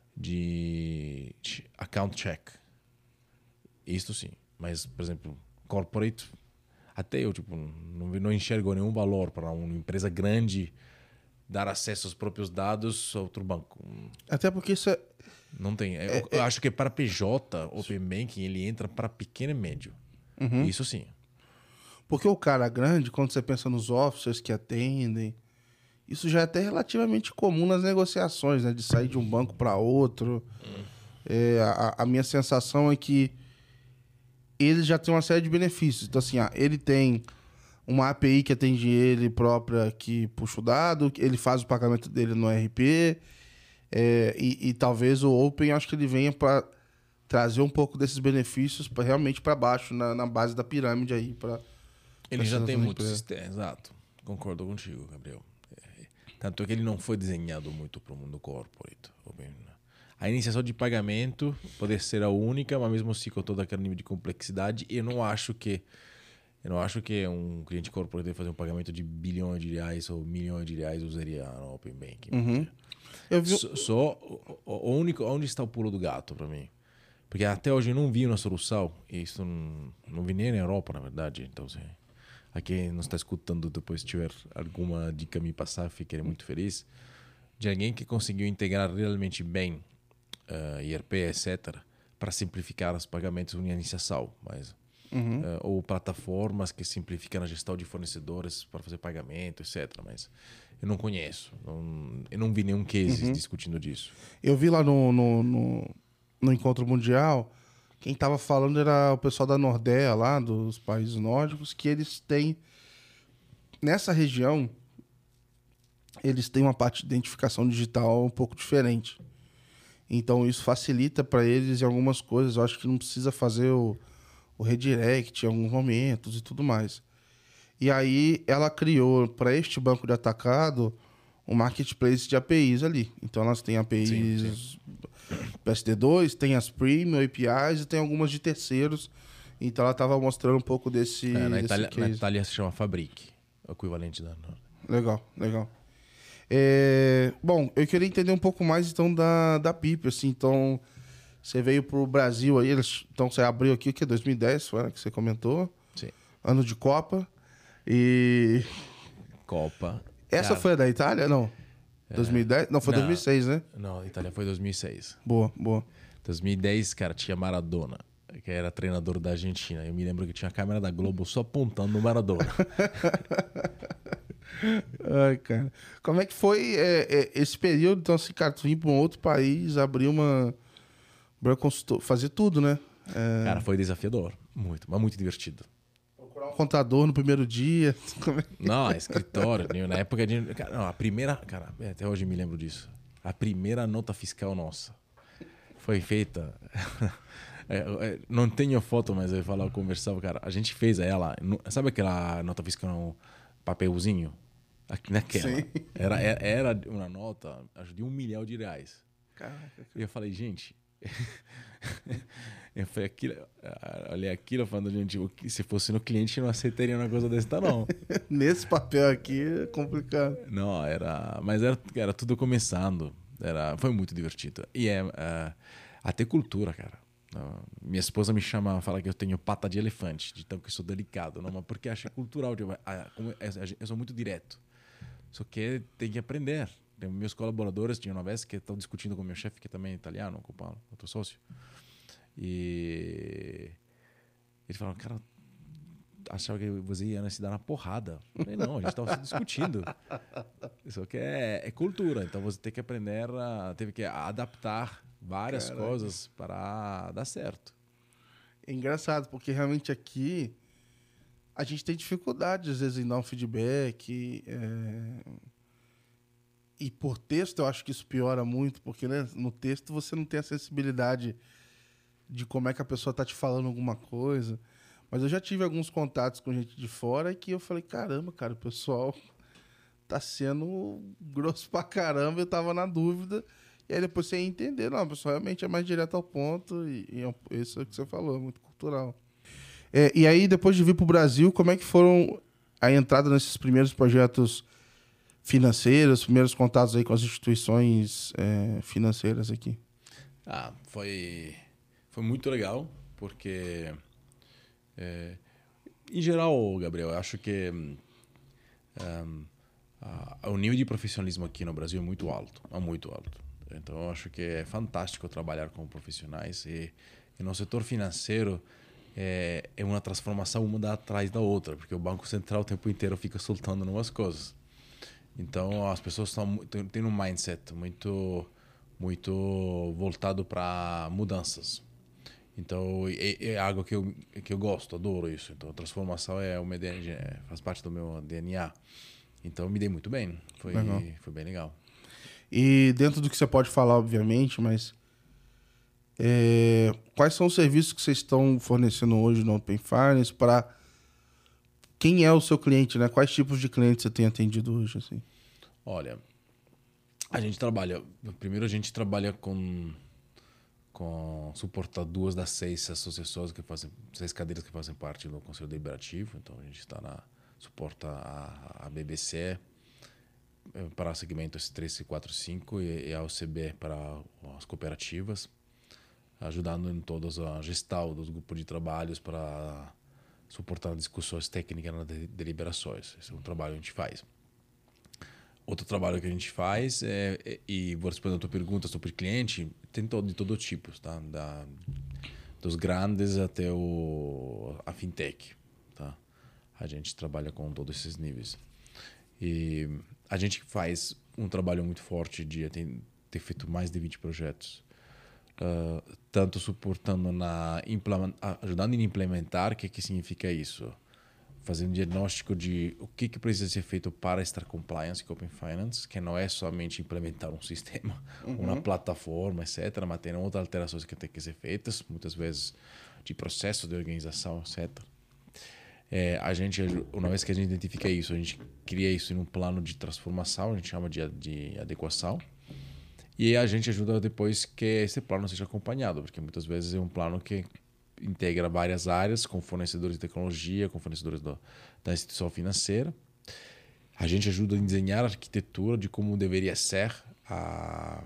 Speaker 2: de, de account check. Isso sim. Mas, por exemplo, corporate, até eu tipo, não, não enxergo nenhum valor para uma empresa grande dar acesso aos próprios dados a outro banco.
Speaker 1: Até porque isso é...
Speaker 2: Não tem. É, eu, eu é... acho que para P J, Open Banking, ele entra para pequeno e médio. Uhum. Isso sim.
Speaker 1: Porque o cara grande, quando você pensa nos officers que atendem, isso já é até relativamente comum nas negociações, né? De sair de um banco para outro. Hum. É, a, a minha sensação é que ele já tem uma série de benefícios. Então, assim, ah, ele tem uma A P I que atende ele própria, que puxa o dado, ele faz o pagamento dele no R P, é, e, e talvez o Open, acho que ele venha para trazer um pouco desses benefícios pra, realmente para baixo, na, na base da pirâmide aí. Pra,
Speaker 2: ele pra já tem muito sistema, exato. Concordo contigo, Gabriel. É, tanto é que ele não foi desenhado muito para o mundo corporate. A iniciação de pagamento pode ser a única, mas mesmo assim com todo aquele nível de complexidade, eu não acho que Eu não acho que um cliente corporativo deve fazer um pagamento de bilhões de reais ou milhões de reais usaria no Open Banking.
Speaker 1: Uhum. Eu vi...
Speaker 2: Só, só o, o único, onde está o pulo do gato para mim? Porque até hoje eu não vi uma solução, e isso não, não vi nem na Europa, na verdade. Então, se aqui não está escutando, depois tiver alguma dica a me passar, fiquei muito feliz. De alguém que conseguiu integrar realmente bem uh, I R P, etcétera, para simplificar os pagamentos em iniciação. Mas... Uhum. Uh, ou plataformas que simplificam a gestão de fornecedores para fazer pagamento, etcétera. Mas eu não conheço. Não, eu não vi nenhum case uhum. discutindo disso.
Speaker 1: Eu vi lá no, no, no, no Encontro Mundial, quem estava falando era o pessoal da Nordea, lá dos países nórdicos, que eles têm, nessa região, eles têm uma parte de identificação digital um pouco diferente. Então isso facilita para eles em algumas coisas. Eu acho que não precisa fazer o o redirect em alguns momentos e tudo mais. E aí ela criou para este banco de atacado um marketplace de A P Is ali. Então elas têm A P Is sim, sim. P S D dois, tem as Premium A P Is e tem algumas de terceiros. Então ela estava mostrando um pouco desse,
Speaker 2: é, na,
Speaker 1: desse
Speaker 2: Itália,
Speaker 1: case.
Speaker 2: Na Itália se chama Fabric, o equivalente da...
Speaker 1: Legal, legal. É, bom, eu queria entender um pouco mais então da, da P I P, assim, então... Você veio pro Brasil aí, então você abriu aqui, o que? dois mil e dez, foi, né, que você comentou?
Speaker 2: Sim.
Speaker 1: Ano de Copa. E...
Speaker 2: Copa.
Speaker 1: Essa cara, foi a da Itália? Não. É... dois mil e dez? Não, foi não, dois mil e seis, né?
Speaker 2: Não, a Itália foi dois mil e seis.
Speaker 1: Boa, boa.
Speaker 2: dois mil e dez, cara, tinha Maradona, que era treinador da Argentina. Eu me lembro que tinha a câmera da Globo só apontando no Maradona.
Speaker 1: Ai, cara. Como é que foi é, é, esse período? Então, assim, cara, tu vir para um outro país, abrir uma... fazer tudo, né?
Speaker 2: É... Cara, foi desafiador. Muito, mas muito divertido.
Speaker 1: Procurar um contador no primeiro dia.
Speaker 2: Não, escritório. Na época de... Cara, não, a primeira... Cara, até hoje me lembro disso. A primeira nota fiscal nossa foi feita... é, é, não tenho foto, mas eu falava, eu conversava, cara. A gente fez ela... Sabe aquela nota fiscal no papelzinho? Naquela. Sim. Era, era, era uma nota, acho, de um milhão de reais. Caraca. E eu falei, gente... eu falei, aquilo, olhei aquilo falando, gente, se fosse no cliente não aceitaria uma coisa dessa, não.
Speaker 1: Nesse papel aqui é complicado.
Speaker 2: Não, era, mas era, era tudo começando, era, foi muito divertido. E é uh, até cultura, cara. Minha esposa me chama, fala que eu tenho pata de elefante, de tão que eu sou delicado, não, mas porque acho cultural. De, como eu sou muito direto. Só que tem que aprender. Meus colaboradores tinham uma vez que estão discutindo com o meu chefe, que também é italiano, com o Paulo, outro sócio. E eles falaram, cara, achava que você ia se dar uma porrada. Eu falei, não, a gente estava se discutindo. Só que é, é cultura, então você tem que aprender, a, teve que adaptar várias Caraca. coisas para dar certo.
Speaker 1: É engraçado, porque realmente aqui a gente tem dificuldade, às vezes, em dar um feedback. É... E por texto, eu acho que isso piora muito, porque, né, no texto você não tem a sensibilidade de como é que a pessoa tá te falando alguma coisa. Mas eu já tive alguns contatos com gente de fora que eu falei, caramba, cara, o pessoal tá sendo grosso pra caramba, eu tava na dúvida. E aí depois você ia entender, não, o pessoal realmente é mais direto ao ponto, e, e isso é o que você falou, é muito cultural. É, e aí, depois de vir pro Brasil, como é que foram a entrada nesses primeiros projetos financeiros, primeiros contatos aí com as instituições é, financeiras aqui?
Speaker 2: Ah, foi, foi muito legal, porque, é, em geral, Gabriel, eu acho que um, a, o nível de profissionalismo aqui no Brasil é muito alto, é muito alto. Então, eu acho que é fantástico trabalhar com profissionais e, e no setor financeiro é, é uma transformação uma atrás da outra, porque o Banco Central o tempo inteiro fica soltando novas coisas. Então, as pessoas estão, têm um mindset muito, muito voltado para mudanças. Então, é, é algo que eu, que eu gosto, adoro isso. Então, a transformação é uma, faz parte do meu D N A. Então, me dei muito bem. Foi, foi bem legal.
Speaker 1: E dentro do que você pode falar, obviamente, mas é, quais são os serviços que vocês estão fornecendo hoje no Open Finance para quem é o seu cliente, né? Quais tipos de clientes você tem atendido hoje, assim?
Speaker 2: Olha, a gente trabalha... Primeiro, a gente trabalha com... com suportar duas das seis associações que fazem... Seis cadeiras que fazem parte do Conselho Deliberativo. Então, a gente está na... Suporta a, a B B C para segmentos três, quatro, cinco e, e a O C B para as cooperativas, ajudando em todas a gestão dos grupos de trabalhos para suportar discussões técnicas nas deliberações. Esse é um trabalho que a gente faz. Outro trabalho que a gente faz, é, é, e vou responder a tua pergunta sobre cliente, tem todo, de todo tipo, tá? Da, dos grandes até o, a fintech. Tá? A gente trabalha com todos esses níveis. E a gente faz um trabalho muito forte de ter, ter feito mais de vinte projetos. Uh, tanto suportando na ajudando em implementar. O que que significa isso? Fazer um diagnóstico de o que que precisa ser feito para estar compliance com Open Finance, que não é somente implementar um sistema, uhum. uma plataforma, etcétera, mas tem outras alterações que têm que ser feitas, muitas vezes de processo de organização, etcétera. É, a gente, uma vez que a gente identifica isso, a gente cria isso em um plano de transformação, a gente chama de, de adequação. E a gente ajuda depois que esse plano seja acompanhado, porque muitas vezes é um plano que integra várias áreas, com fornecedores de tecnologia, com fornecedores do, da instituição financeira. A gente ajuda a desenhar a arquitetura de como deveria ser a,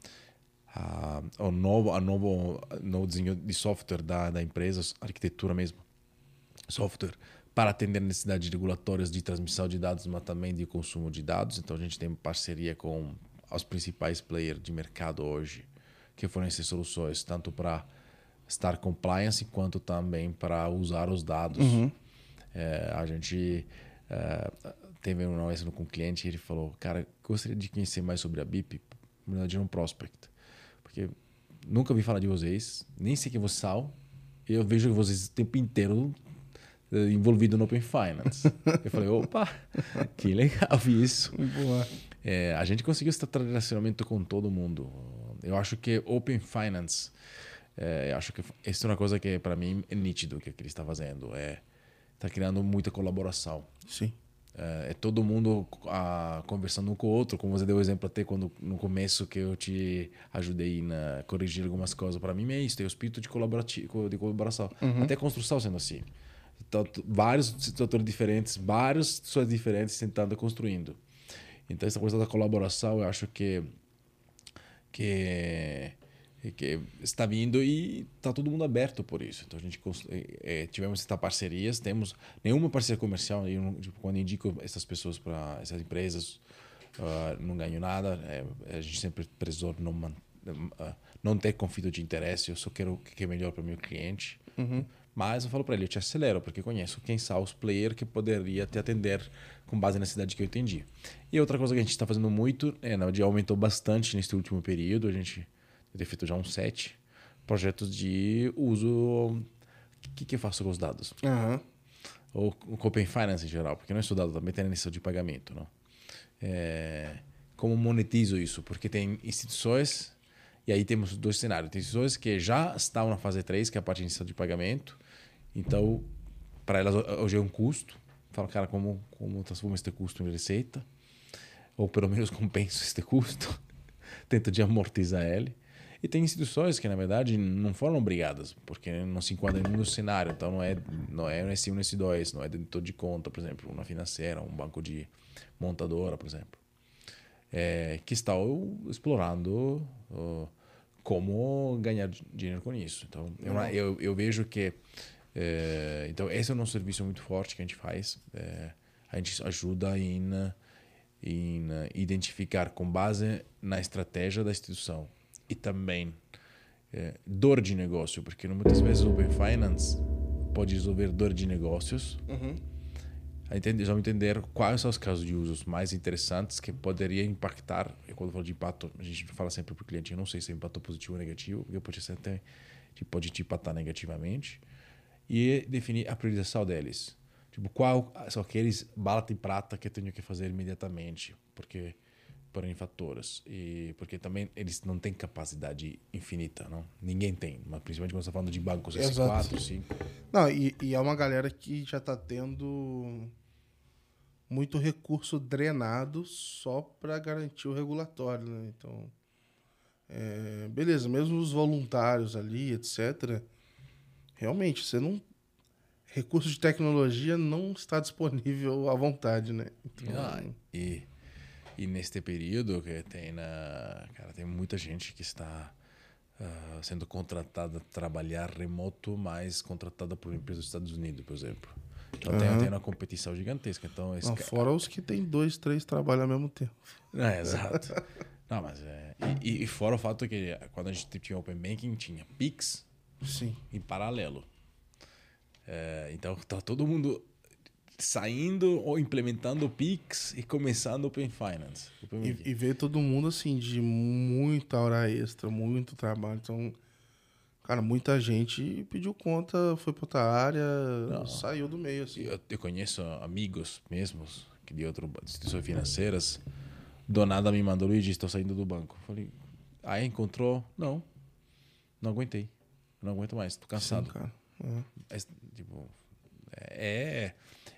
Speaker 2: a, o novo, a novo, novo desenho de software da, da empresa, arquitetura mesmo, software, para atender necessidades regulatórias de transmissão de dados, mas também de consumo de dados. Então, a gente tem parceria com os principais players de mercado hoje que fornecem soluções, tanto para estar compliance, quanto também para usar os dados.
Speaker 1: Uhum.
Speaker 2: É, a gente é, teve uma vez com um cliente e ele falou, cara, gostaria de conhecer mais sobre a B I P, na verdade, um prospect. Porque nunca ouvi falar de vocês, nem sei quem vocês são, e eu vejo que vocês o tempo inteiro envolvido no Open Finance. Eu falei, opa, que legal isso.
Speaker 1: Boa.
Speaker 2: É, a gente conseguiu esse relacionamento com todo mundo. Eu acho que Open Finance, é, eu acho que isso é uma coisa que para mim é nítido que ele está fazendo. É, está criando muita colaboração.
Speaker 1: Sim.
Speaker 2: É, é todo mundo a, conversando um com o outro, como você deu o exemplo até quando, no começo que eu te ajudei a corrigir algumas coisas. Para mim é isso, tem o espírito de, de colaboração. Uhum. Até construção sendo assim. Então, vários setores diferentes, várias pessoas diferentes tentando construindo. Então, essa coisa da colaboração, eu acho que, que que está vindo e está todo mundo aberto por isso. Então a gente é, tivemos essas parcerias, temos nenhuma parceria comercial. Eu, tipo, quando indico essas pessoas para essas empresas, uh, não ganho nada. É, a gente sempre prezou não uh, não ter conflito de interesse. Eu só quero o que é melhor para o meu cliente.
Speaker 1: Uhum.
Speaker 2: Mas eu falo para ele, eu te acelero, porque conheço quem são os players que poderia te atender com base na necessidade que eu entendi. E outra coisa que a gente está fazendo muito, é, na verdade, aumentou bastante nesse último período, a gente tem feito já uns sete projetos de uso. O que, que eu faço com os dados?
Speaker 1: Uhum.
Speaker 2: Ou com Open Finance em geral, porque não é estudado, também tem a necessidade de pagamento. Não? É, como monetizo isso? Porque tem instituições, e aí temos dois cenários. Tem instituições que já estão na fase três, que é a parte inicial de pagamento. Então, para elas hoje é um custo. Fala, cara, como, como transforma este custo em receita? Ou pelo menos compensa este custo. Tenta de amortizar ele. E tem instituições que, na verdade, não foram obrigadas, porque não se enquadram no cenário. Então, não é, não é um S um, S dois, não é detentor de conta, por exemplo, uma financeira, um banco de montadora, por exemplo. É, que estão explorando uh, como ganhar dinheiro com isso. Então, eu, eu, eu vejo que É, então, esse é um serviço muito forte que a gente faz. É, a gente ajuda em, em identificar, com base na estratégia da instituição e também é, dor de negócio, porque muitas vezes o Open Finance pode resolver dor de negócios.
Speaker 1: Uhum.
Speaker 2: A entender, vamos entender quais são os casos de usos mais interessantes que poderia impactar. E quando eu falo de impacto, a gente fala sempre para o cliente, eu não sei se é impacto positivo ou negativo, porque pode ser até, pode te impactar negativamente. E definir a priorização deles. Tipo, qual são aqueles bala de prata que eu tenho que fazer imediatamente, porque por N fatores. E porque também eles não têm capacidade infinita, não? Ninguém tem, mas principalmente quando você está falando de bancos S quatro, cinco.
Speaker 1: Não, e, e é uma galera que já está tendo muito recurso drenado só para garantir o regulatório, né? Então, é, beleza, mesmo os voluntários ali, etcétera. Realmente, você não. Recurso de tecnologia não está disponível à vontade, né? Então...
Speaker 2: Ah, e, e neste período que tem na. Cara, tem muita gente que está uh, sendo contratada a trabalhar remoto, mas contratada por empresas dos Estados Unidos, por exemplo. Então uhum. tem, tem uma competição gigantesca. Então, esse
Speaker 1: não,
Speaker 2: cara...
Speaker 1: Fora os que tem dois, três trabalhos ao mesmo tempo.
Speaker 2: É, exato. Não, mas é... e, e fora o fato que quando a gente tinha Open Banking, tinha Pix.
Speaker 1: Sim.
Speaker 2: Em paralelo. É, então, tá todo mundo saindo ou implementando o Pix e começando o Open Finance. Open
Speaker 1: e, e veio todo mundo, assim, de muita hora extra, muito trabalho. Então, cara, muita gente pediu conta, foi para outra área, não, saiu do meio, assim.
Speaker 2: Eu, eu conheço amigos mesmos, que de outras instituições financeiras, do nada me mandou, Luigi, estou saindo do banco. Falei, ah, encontrou? Não, não aguentei. Não aguento mais, tô cansado.
Speaker 1: Sim, cara. Uhum.
Speaker 2: É, tipo, é,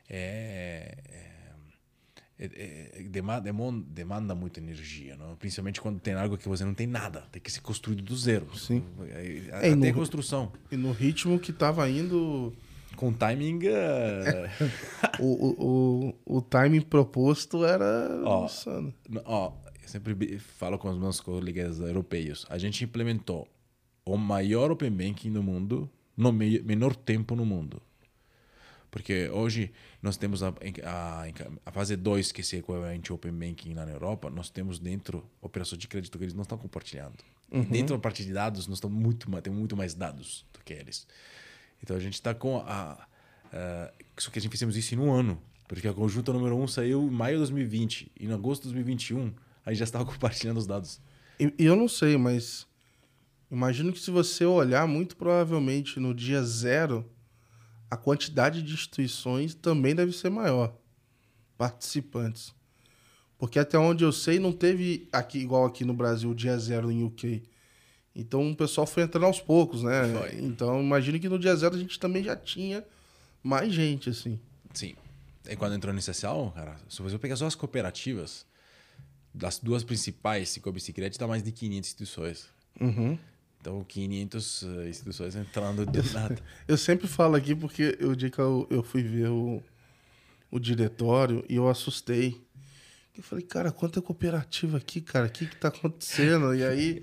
Speaker 2: é, é, é, é demanda, demanda muita energia, não? Principalmente quando tem algo que você não tem nada, tem que ser construído do zero.
Speaker 1: Sim.
Speaker 2: É,
Speaker 1: é,
Speaker 2: até
Speaker 1: no,
Speaker 2: a construção.
Speaker 1: E no ritmo que tava indo...
Speaker 2: Com timing... Uh...
Speaker 1: o, o, o, o timing proposto era
Speaker 2: ó,
Speaker 1: insano.
Speaker 2: Ó, eu sempre falo com os meus colegas europeus. A gente implementou o maior Open Banking do mundo no menor tempo no mundo. Porque hoje nós temos a, a, a fase dois, que é equivalente ao Open Banking na Europa, nós temos dentro operações de crédito que eles não estão compartilhando. Uhum. E dentro da parte de dados, nós estamos muito, temos muito mais dados do que eles. Então a gente está com a, a... Só que a gente fizemos isso em um ano. Porque a conjunta número um saiu em maio de dois mil e vinte. E em agosto de dois mil e vinte e um, a gente já estava compartilhando os dados.
Speaker 1: E eu não sei, mas... Imagino que se você olhar, muito provavelmente no dia zero, a quantidade de instituições também deve ser maior. Participantes. Porque até onde eu sei, não teve aqui igual aqui no Brasil, o dia zero em U K. Então o pessoal foi entrando aos poucos, né? Foi. Então imagino que no dia zero a gente também já tinha mais gente, assim.
Speaker 2: Sim. E quando entrou no essencial, cara, se você pegar só as cooperativas, das duas principais, Cicobi e Sicredi, dá mais de quinhentas instituições.
Speaker 1: Uhum.
Speaker 2: Então, quinhentas uh, instituições entrando de nada.
Speaker 1: Eu sempre falo aqui porque o dia que eu, eu fui ver o, o diretório e eu assustei. Eu falei, cara, quanta cooperativa aqui, cara? O que que tá acontecendo? E aí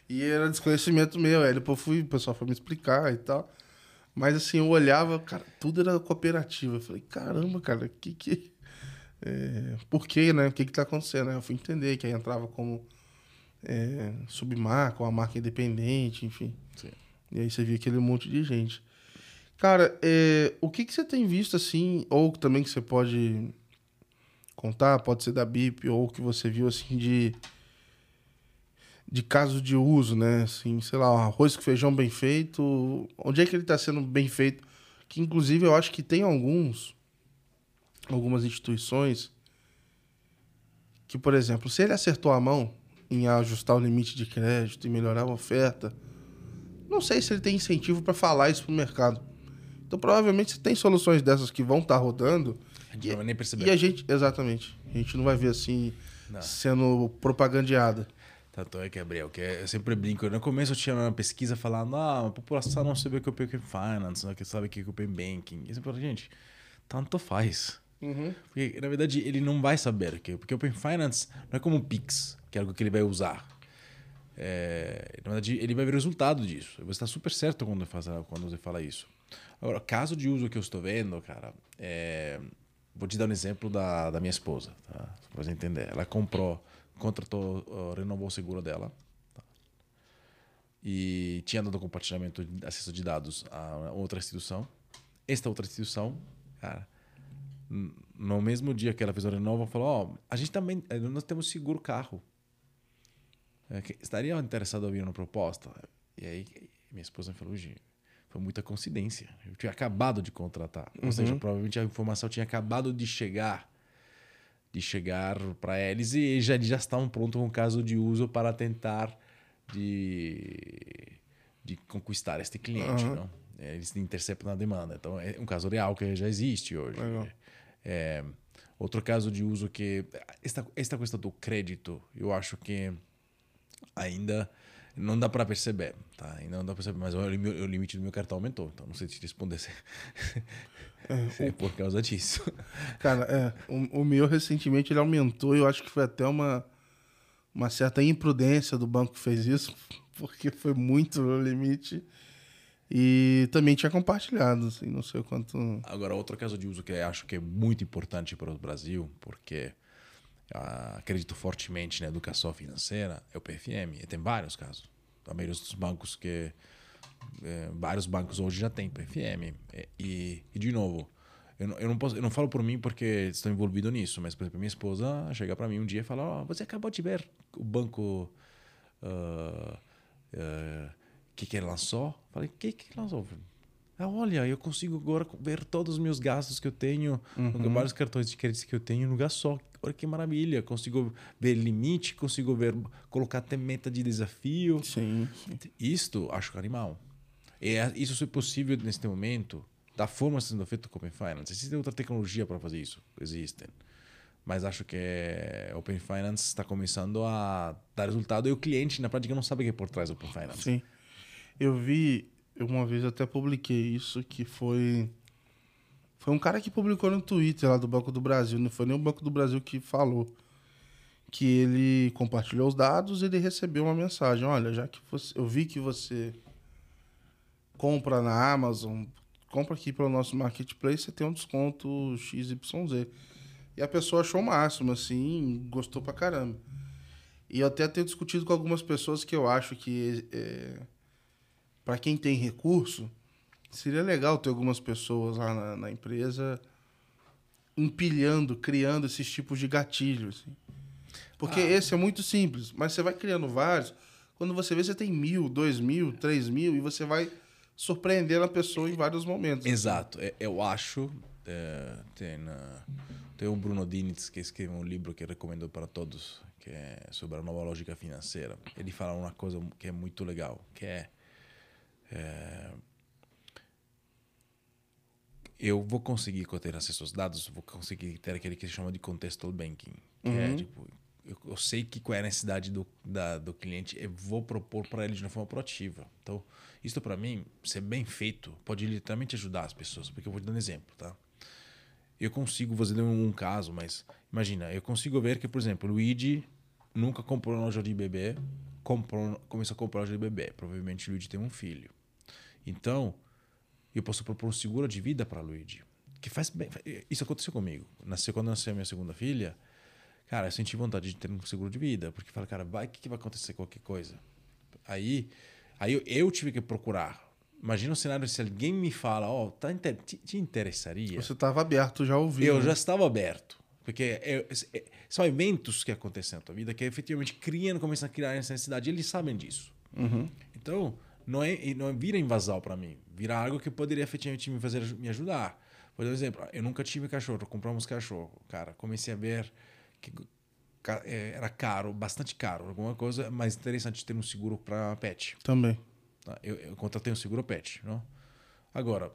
Speaker 1: E era desconhecimento meu. Aí depois fui, o pessoal foi me explicar e tal. Mas assim, eu olhava, cara, tudo era cooperativa. Eu falei, caramba, cara, que que... É, por quê, né? O que que tá acontecendo? Aí eu fui entender que aí entrava como é, submarca, uma marca independente, enfim.
Speaker 2: Sim.
Speaker 1: E aí você via aquele monte de gente. Cara, é, o que que você tem visto, assim, ou também que você pode contar, pode ser da B I P, ou que você viu, assim, de, de caso de uso, né? Assim, sei lá, um arroz com feijão bem feito, onde é que ele tá sendo bem feito? Que, inclusive, eu acho que tem alguns, algumas instituições que, por exemplo, se ele acertou a mão em ajustar o limite de crédito e melhorar a oferta, não sei se ele tem incentivo para falar isso pro mercado. Então, provavelmente, você tem soluções dessas que vão estar rodando.
Speaker 2: A gente
Speaker 1: e,
Speaker 2: não vai nem perceber.
Speaker 1: E a gente, exatamente, a gente não vai ver assim,
Speaker 2: Não.
Speaker 1: sendo propagandeada.
Speaker 2: Tanto é, Gabriel, que eu sempre brinco. No começo eu tinha uma pesquisa falando, ah, a população não sabe o que é o Open Finance, não sabe o que é o Open Banking. E eu falo, gente, tanto faz.
Speaker 1: Uhum.
Speaker 2: Porque, na verdade, ele não vai saber o que é. Porque o Open Finance não é como o Pix, que é algo que ele vai usar. É, na verdade, ele vai ver o resultado disso. Você está super certo quando, faz, quando você fala isso. Agora, caso de uso que eu estou vendo, cara, é, vou te dar um exemplo da, da minha esposa, tá? Pra você entender. Ela comprou, contratou, uh, renovou o seguro dela, tá? E tinha dado compartilhamento de acesso de dados a outra instituição. Esta outra instituição, cara, no mesmo dia que ela fez o renova, falou: ó, oh, a gente também, nós temos seguro carro. É, estaria interessado em ouvir uma proposta? E aí minha esposa me falou: gente, foi muita coincidência. Eu tinha acabado de contratar. Ou
Speaker 1: Uhum.
Speaker 2: seja, provavelmente a informação tinha acabado de chegar de chegar para eles e já, já estavam prontos com o caso de uso para tentar de, de conquistar este cliente.
Speaker 1: Uhum.
Speaker 2: Não? Eles interceptam a demanda. Então, é um caso real que já existe hoje.
Speaker 1: Legal.
Speaker 2: É, outro caso de uso que... Esta, esta questão do crédito, eu acho que ainda não dá para perceber, tá? Ainda não dá para perceber, mas o, o limite do meu cartão aumentou, então não sei te responder se é, se é por causa disso.
Speaker 1: Cara, é, o, o meu recentemente ele aumentou e eu acho que foi até uma, uma certa imprudência do banco que fez isso, porque foi muito no limite e também tinha compartilhado, assim, não sei o quanto...
Speaker 2: Agora, outro caso de uso que eu acho que é muito importante para o Brasil, porque ah, acredito fortemente na educação financeira, é o P F M. E tem vários casos. A maioria dos bancos que... É, vários bancos hoje já tem P F M. E, e de novo, eu não, eu, não posso, eu não falo por mim porque estou envolvido nisso, mas, por exemplo, minha esposa chega para mim um dia e fala: oh, você acabou de ver o banco... Uh, uh, que que ele lançou? Falei: que que lançou? Ah, olha, eu consigo agora ver todos os meus gastos que eu tenho, uhum. vários cartões de crédito que eu tenho no lugar só. Olha que maravilha, consigo ver limite, consigo ver, colocar até meta de desafio.
Speaker 1: Sim, sim.
Speaker 2: Isto acho animal. E isso é possível neste momento, da forma sendo feito com o Open Finance. Existe outra tecnologia para fazer isso, existem. Mas acho que o Open Finance está começando a dar resultado e o cliente, na prática, não sabe o que é por trás do Open Finance.
Speaker 1: Sim. Eu vi, uma vez até publiquei isso, que foi... Foi um cara que publicou no Twitter lá do Banco do Brasil, não foi nem o Banco do Brasil que falou. Que ele compartilhou os dados e ele recebeu uma mensagem: olha, já que você, eu vi que você compra na Amazon, compra aqui pelo nosso marketplace, você tem um desconto X Y Z. E a pessoa achou o máximo, assim, gostou pra caramba. E eu até tenho discutido com algumas pessoas que eu acho que... É, para quem tem recurso, seria legal ter algumas pessoas lá na, na empresa empilhando, criando esses tipos de gatilhos. Assim. Porque ah. esse é muito simples, mas você vai criando vários. Quando você vê, você tem mil, dois mil, três mil, e você vai surpreendendo a pessoa em vários momentos.
Speaker 2: Exato. Assim. Eu acho... É, tem, uh, tem o Bruno Dinitz que escreveu um livro que eu recomendo para todos, que é sobre a nova lógica financeira. Ele fala uma coisa que é muito legal, que é É, eu vou conseguir ter acesso aos dados, vou conseguir ter aquele que se chama de contextual banking, que uhum. é tipo, eu, eu sei que qual é a necessidade do, da, do cliente, eu vou propor para ele de uma forma proativa. Então, isso para mim, ser bem feito, pode literalmente ajudar as pessoas, porque eu vou te dar um exemplo, tá? Eu consigo, você deu um caso, mas imagina, eu consigo ver que, por exemplo, o Luigi nunca comprou uma loja de bebê, comprou, começou a comprar loja de bebê. Provavelmente o Luigi tem um filho. Então, eu posso propor um seguro de vida para Luigi. Que faz bem. Isso aconteceu comigo. Nasceu, quando nasceu a minha segunda filha, cara, eu senti vontade de ter um seguro de vida. Porque fala, cara, vai que, que vai acontecer qualquer coisa. Aí, aí eu, eu tive que procurar. Imagina um cenário se alguém me fala, ó, oh, tá, te, te interessaria?
Speaker 1: Você estava aberto, já ouviu.
Speaker 2: Eu
Speaker 1: né?
Speaker 2: já estava aberto. Porque é, é, são eventos que acontecem na tua vida que efetivamente criam, começam a criar essa necessidade. Eles sabem disso.
Speaker 1: Uhum.
Speaker 2: Então, não, é, não vira invasal para mim. Vira algo que poderia efetivamente me fazer me ajudar. Por exemplo, eu nunca tive cachorro. Compramos cachorro. Cara, comecei a ver que era caro, bastante caro. Alguma coisa mais interessante ter um seguro para pet.
Speaker 1: Também.
Speaker 2: Eu, eu contratei um seguro pet. Não? Agora,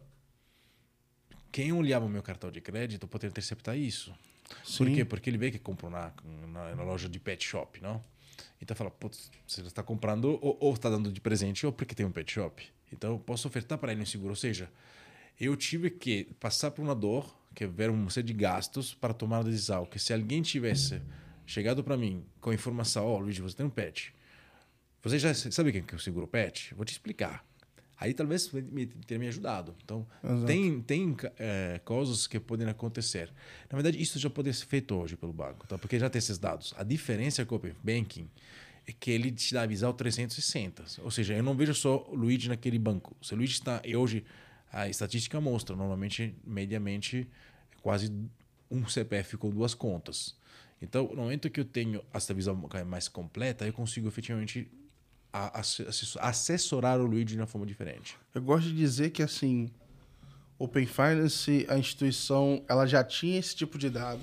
Speaker 2: quem olhava o meu cartão de crédito poderia interceptar isso.
Speaker 1: Sim.
Speaker 2: Por quê? Porque ele vê que comprou na, na, na loja de pet shop, não? Então fala, putz, você está comprando ou está dando de presente ou porque tem um pet shop. Então eu posso ofertar para ele um seguro. Ou seja, eu tive que passar por uma dor, que ver uma série de gastos para tomar a decisão. Que se alguém tivesse chegado para mim com a informação, ó, oh, Luigi, você tem um pet. Você já sabe o que é o seguro pet? Vou te explicar. Aí talvez tenha me ajudado. Então, Exato. tem, tem é, coisas que podem acontecer. Na verdade, isso já pode ser feito hoje pelo banco, tá? Porque já tem esses dados. A diferença com o Open Banking é que ele te dá a visão trezentos e sessenta. Ou seja, eu não vejo só o Luigi naquele banco. Se o Luigi está... E hoje, a estatística mostra, normalmente, mediamente, quase um C P F com duas contas. Então, no momento que eu tenho essa visão mais completa, eu consigo efetivamente... A assessorar o Luigi de uma forma diferente.
Speaker 1: Eu gosto de dizer que, assim, Open Finance, a instituição, ela já tinha esse tipo de dado,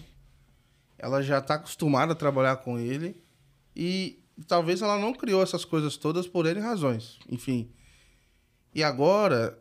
Speaker 1: ela já está acostumada a trabalhar com ele e talvez ela não criou essas coisas todas por N razões, enfim. E agora,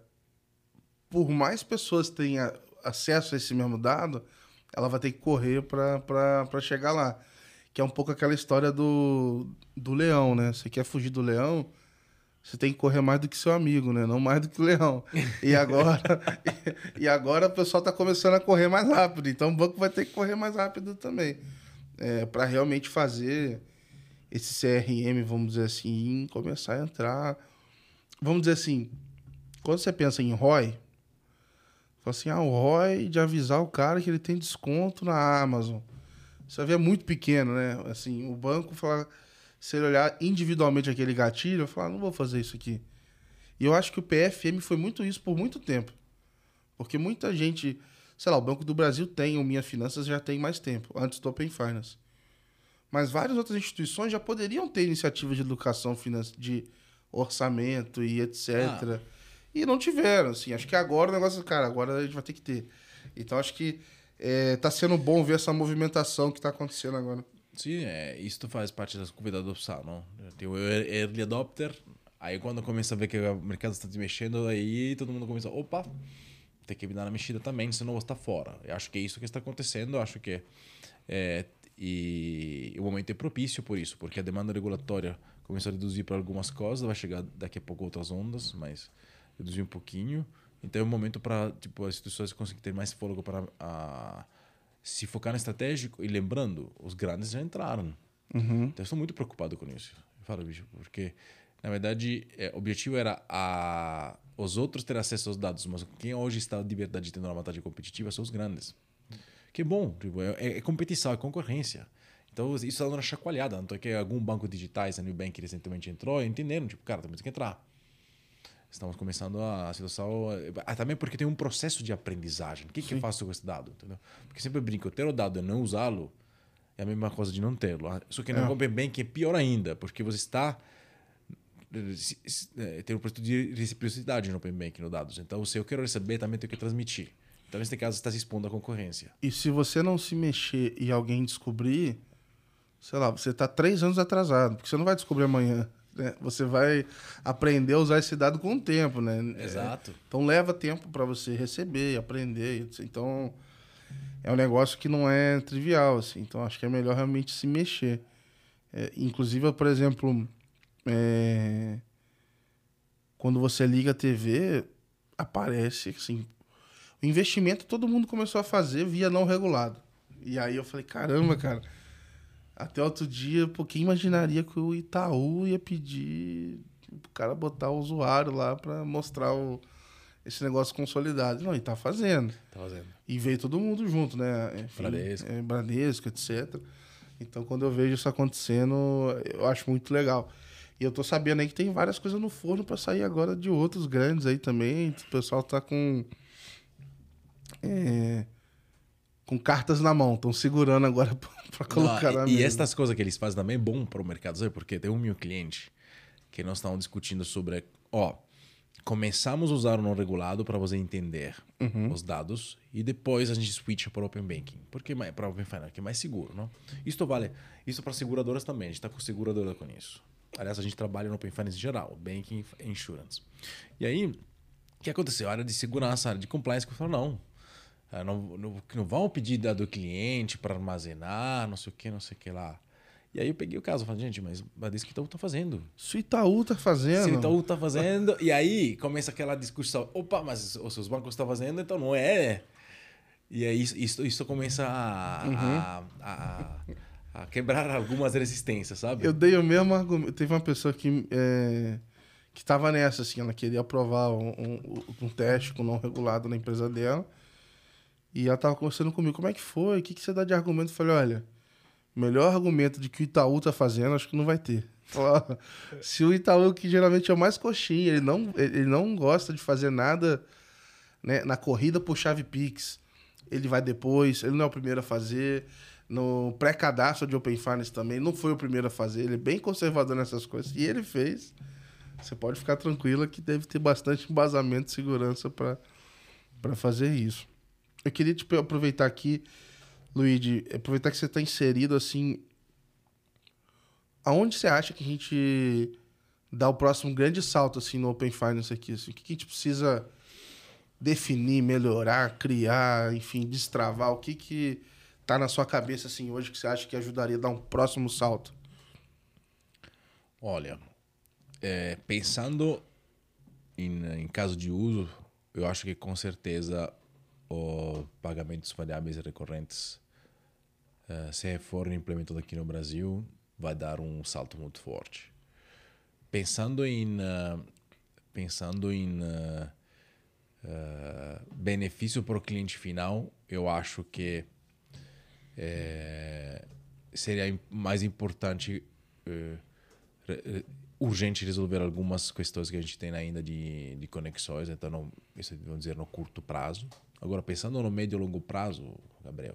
Speaker 1: por mais pessoas tenham acesso a esse mesmo dado, ela vai ter que correr para chegar lá. Que é um pouco aquela história do, do leão, né? Você quer fugir do leão, você tem que correr mais do que seu amigo, né? Não mais do que o leão. E agora, e, e agora o pessoal está começando a correr mais rápido. Então o banco vai ter que correr mais rápido também. É, para realmente fazer esse C R M, vamos dizer assim, começar a entrar... Vamos dizer assim, quando você pensa em R O I, fala assim, ah, o R O I de avisar o cara que ele tem desconto na Amazon. Você vê muito pequeno, né? Assim, o banco fala, se ele olhar individualmente aquele gatilho, eu falo, não vou fazer isso aqui. E eu acho que o P F M foi muito isso por muito tempo. Porque muita gente, sei lá, o Banco do Brasil tem, o Minha Finanças já tem mais tempo, antes do Open Finance. Mas várias outras instituições já poderiam ter iniciativas de educação financeira, de orçamento e etcétera. Ah. E não tiveram, assim. Acho que agora o negócio, cara, agora a gente vai ter que ter. Então acho que É, tá sendo bom ver essa movimentação que tá acontecendo agora.
Speaker 2: Sim, é, isso faz parte da curva da adopção, não? Tem o early adopter, aí quando começa a ver que o mercado está se mexendo, aí todo mundo começa, opa, tem que me dar na mexida também, senão eu vou estar fora. Eu acho que é isso que está acontecendo, eu acho que é, e o momento é propício por isso, porque a demanda regulatória começou a reduzir para algumas coisas, vai chegar daqui a pouco outras ondas, mas reduzir um pouquinho. Então é um momento para tipo, as instituições conseguirem ter mais fôlego para a, se focar no estratégico. E lembrando, os grandes já entraram.
Speaker 1: Uhum.
Speaker 2: Então eu estou muito preocupado com isso. Eu falo, bicho, porque na verdade é, o objetivo era a, os outros ter acesso aos dados, mas quem hoje está de verdade tendo uma batalha competitiva são os grandes. Que bom, tipo, é, é competição, é concorrência. Então isso está dando uma chacoalhada. Tanto é que algum banco digitais, a Nubank recentemente entrou, entenderam, tipo, cara, temos que entrar. Estamos começando a situação... Ah, também porque tem um processo de aprendizagem. O que, que eu faço com esse dado? Entendeu? Porque sempre brinco, ter o dado e não usá-lo é a mesma coisa de não tê-lo. Só que no Open Banking é pior ainda, porque você está... Tem um processo de reciprocidade no Open Banking, no dados. Então, se eu quero receber, também tenho que transmitir. Então, nesse caso, você está se expondo à concorrência.
Speaker 1: E se você não se mexer e alguém descobrir, sei lá, você está três anos atrasado, porque você não vai descobrir amanhã. Você vai aprender a usar esse dado com o tempo, né?
Speaker 2: Exato.
Speaker 1: É, então leva tempo para você receber, aprender. Então é um negócio que não é trivial, assim. Então acho que é melhor realmente se mexer. É, inclusive, por exemplo, é, quando você liga a T V, aparece assim, o investimento todo mundo começou a fazer via não regulado. E aí eu falei, caramba, cara. Até outro dia, pô, quem imaginaria que o Itaú ia pedir o cara botar o usuário lá pra mostrar o, esse negócio consolidado. Não, e tá fazendo.
Speaker 2: Tá fazendo.
Speaker 1: E veio todo mundo junto, né? Enfim,
Speaker 2: Bradesco.
Speaker 1: É, Bradesco, etcétera. Então, quando eu vejo isso acontecendo, eu acho muito legal. E eu tô sabendo aí que tem várias coisas no forno pra sair agora de outros grandes aí também. O pessoal tá com... É, com cartas na mão. Estão segurando agora pra colocar
Speaker 2: Não,
Speaker 1: na
Speaker 2: e,
Speaker 1: mesa.
Speaker 2: e estas coisas que eles fazem também é bom para o mercado, sabe? Porque tem um meu cliente que nós estávamos discutindo sobre, ó, começamos a usar o não regulado para você entender
Speaker 1: Uhum.
Speaker 2: os dados e depois a gente switcha para o Open Banking, porque para Open Finance que é mais seguro, não? Isso vale, isso para seguradoras também. A gente está com seguradora com isso. Aliás, a gente trabalha no Open Finance em geral, Banking e Insurance. E aí, o que aconteceu? A área de segurança, a área de compliance, que eu falo, não, ah, não, não, não vão pedir dado do cliente para armazenar, não sei o que, não sei o que lá. E aí eu peguei o caso e falei, gente, mas é isso que o Itaú tá fazendo.
Speaker 1: Se o Itaú tá fazendo...
Speaker 2: Se o Itaú tá fazendo... E aí começa aquela discussão. Opa, mas os seus bancos estão fazendo, então não é... E aí isso, isso, isso começa a,
Speaker 1: Uhum.
Speaker 2: a, a, a quebrar algumas resistências, sabe?
Speaker 1: Eu dei o mesmo argumento. Teve uma pessoa que... É... que tava nessa, assim, ela queria aprovar um, um, um teste com não regulado na empresa dela. E ela tava conversando comigo, como é que foi? O que, que você dá de argumento? Eu falei, olha, o melhor argumento de que o Itaú tá fazendo, acho que não vai ter. Falei, se o Itaú, que geralmente é o mais coxinha, ele não, ele não gosta de fazer nada, né, na corrida por chave Pix, ele vai depois, ele não é o primeiro a fazer. No pré-cadastro de Open Finance também, não foi o primeiro a fazer. Ele é bem conservador nessas coisas. E ele fez. Você pode ficar tranquila que deve ter bastante embasamento de segurança para fazer isso. Eu queria te aproveitar aqui, Luigi, aproveitar que você está inserido assim. Aonde você acha que a gente dá o próximo grande salto assim no Open Finance aqui? Assim? O que a gente precisa definir, melhorar, criar, enfim, destravar? O que que tá na sua cabeça assim hoje que você acha que ajudaria a dar um próximo salto?
Speaker 2: Olha, é, pensando em, em caso de uso, eu acho que com certeza o pagamentos variáveis e recorrentes, uh, se for implementado aqui no Brasil, vai dar um salto muito forte. Pensando em, uh, pensando em uh, uh, benefício para o cliente final, eu acho que é, seria mais importante, uh, re, urgente resolver algumas questões que a gente tem ainda de, de conexões, então não, isso vamos dizer no curto prazo. Agora, pensando no médio e longo prazo, Gabriel,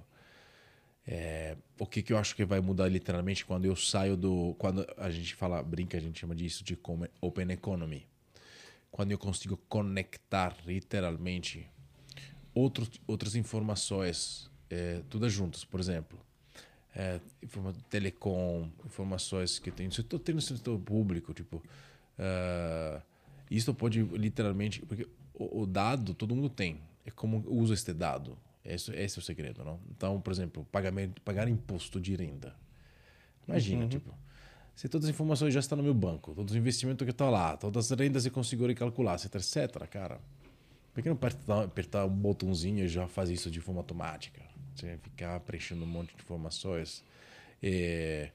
Speaker 2: é, o que, que eu acho que vai mudar literalmente quando eu saio do... Quando a gente fala, brinca, a gente chama disso de Open Economy. Quando eu consigo conectar literalmente outros, outras informações, é, todas juntas. Por exemplo, é, informa, telecom, informações que tem no setor, tem no setor público, tipo... Uh, isso pode literalmente... Porque o, o dado todo mundo tem. É como usa este dado. Esse, esse é o segredo, não? Então, por exemplo, pagamento, pagar imposto de renda. Imagina, uhum. tipo, se todas as informações já estão no meu banco, todos os investimentos que estão lá, todas as rendas eu consigo recalcular, etc, etc, cara. Por que não apertar, apertar um botãozinho e já faz isso de forma automática? Você ficar preenchendo um monte de informações. E,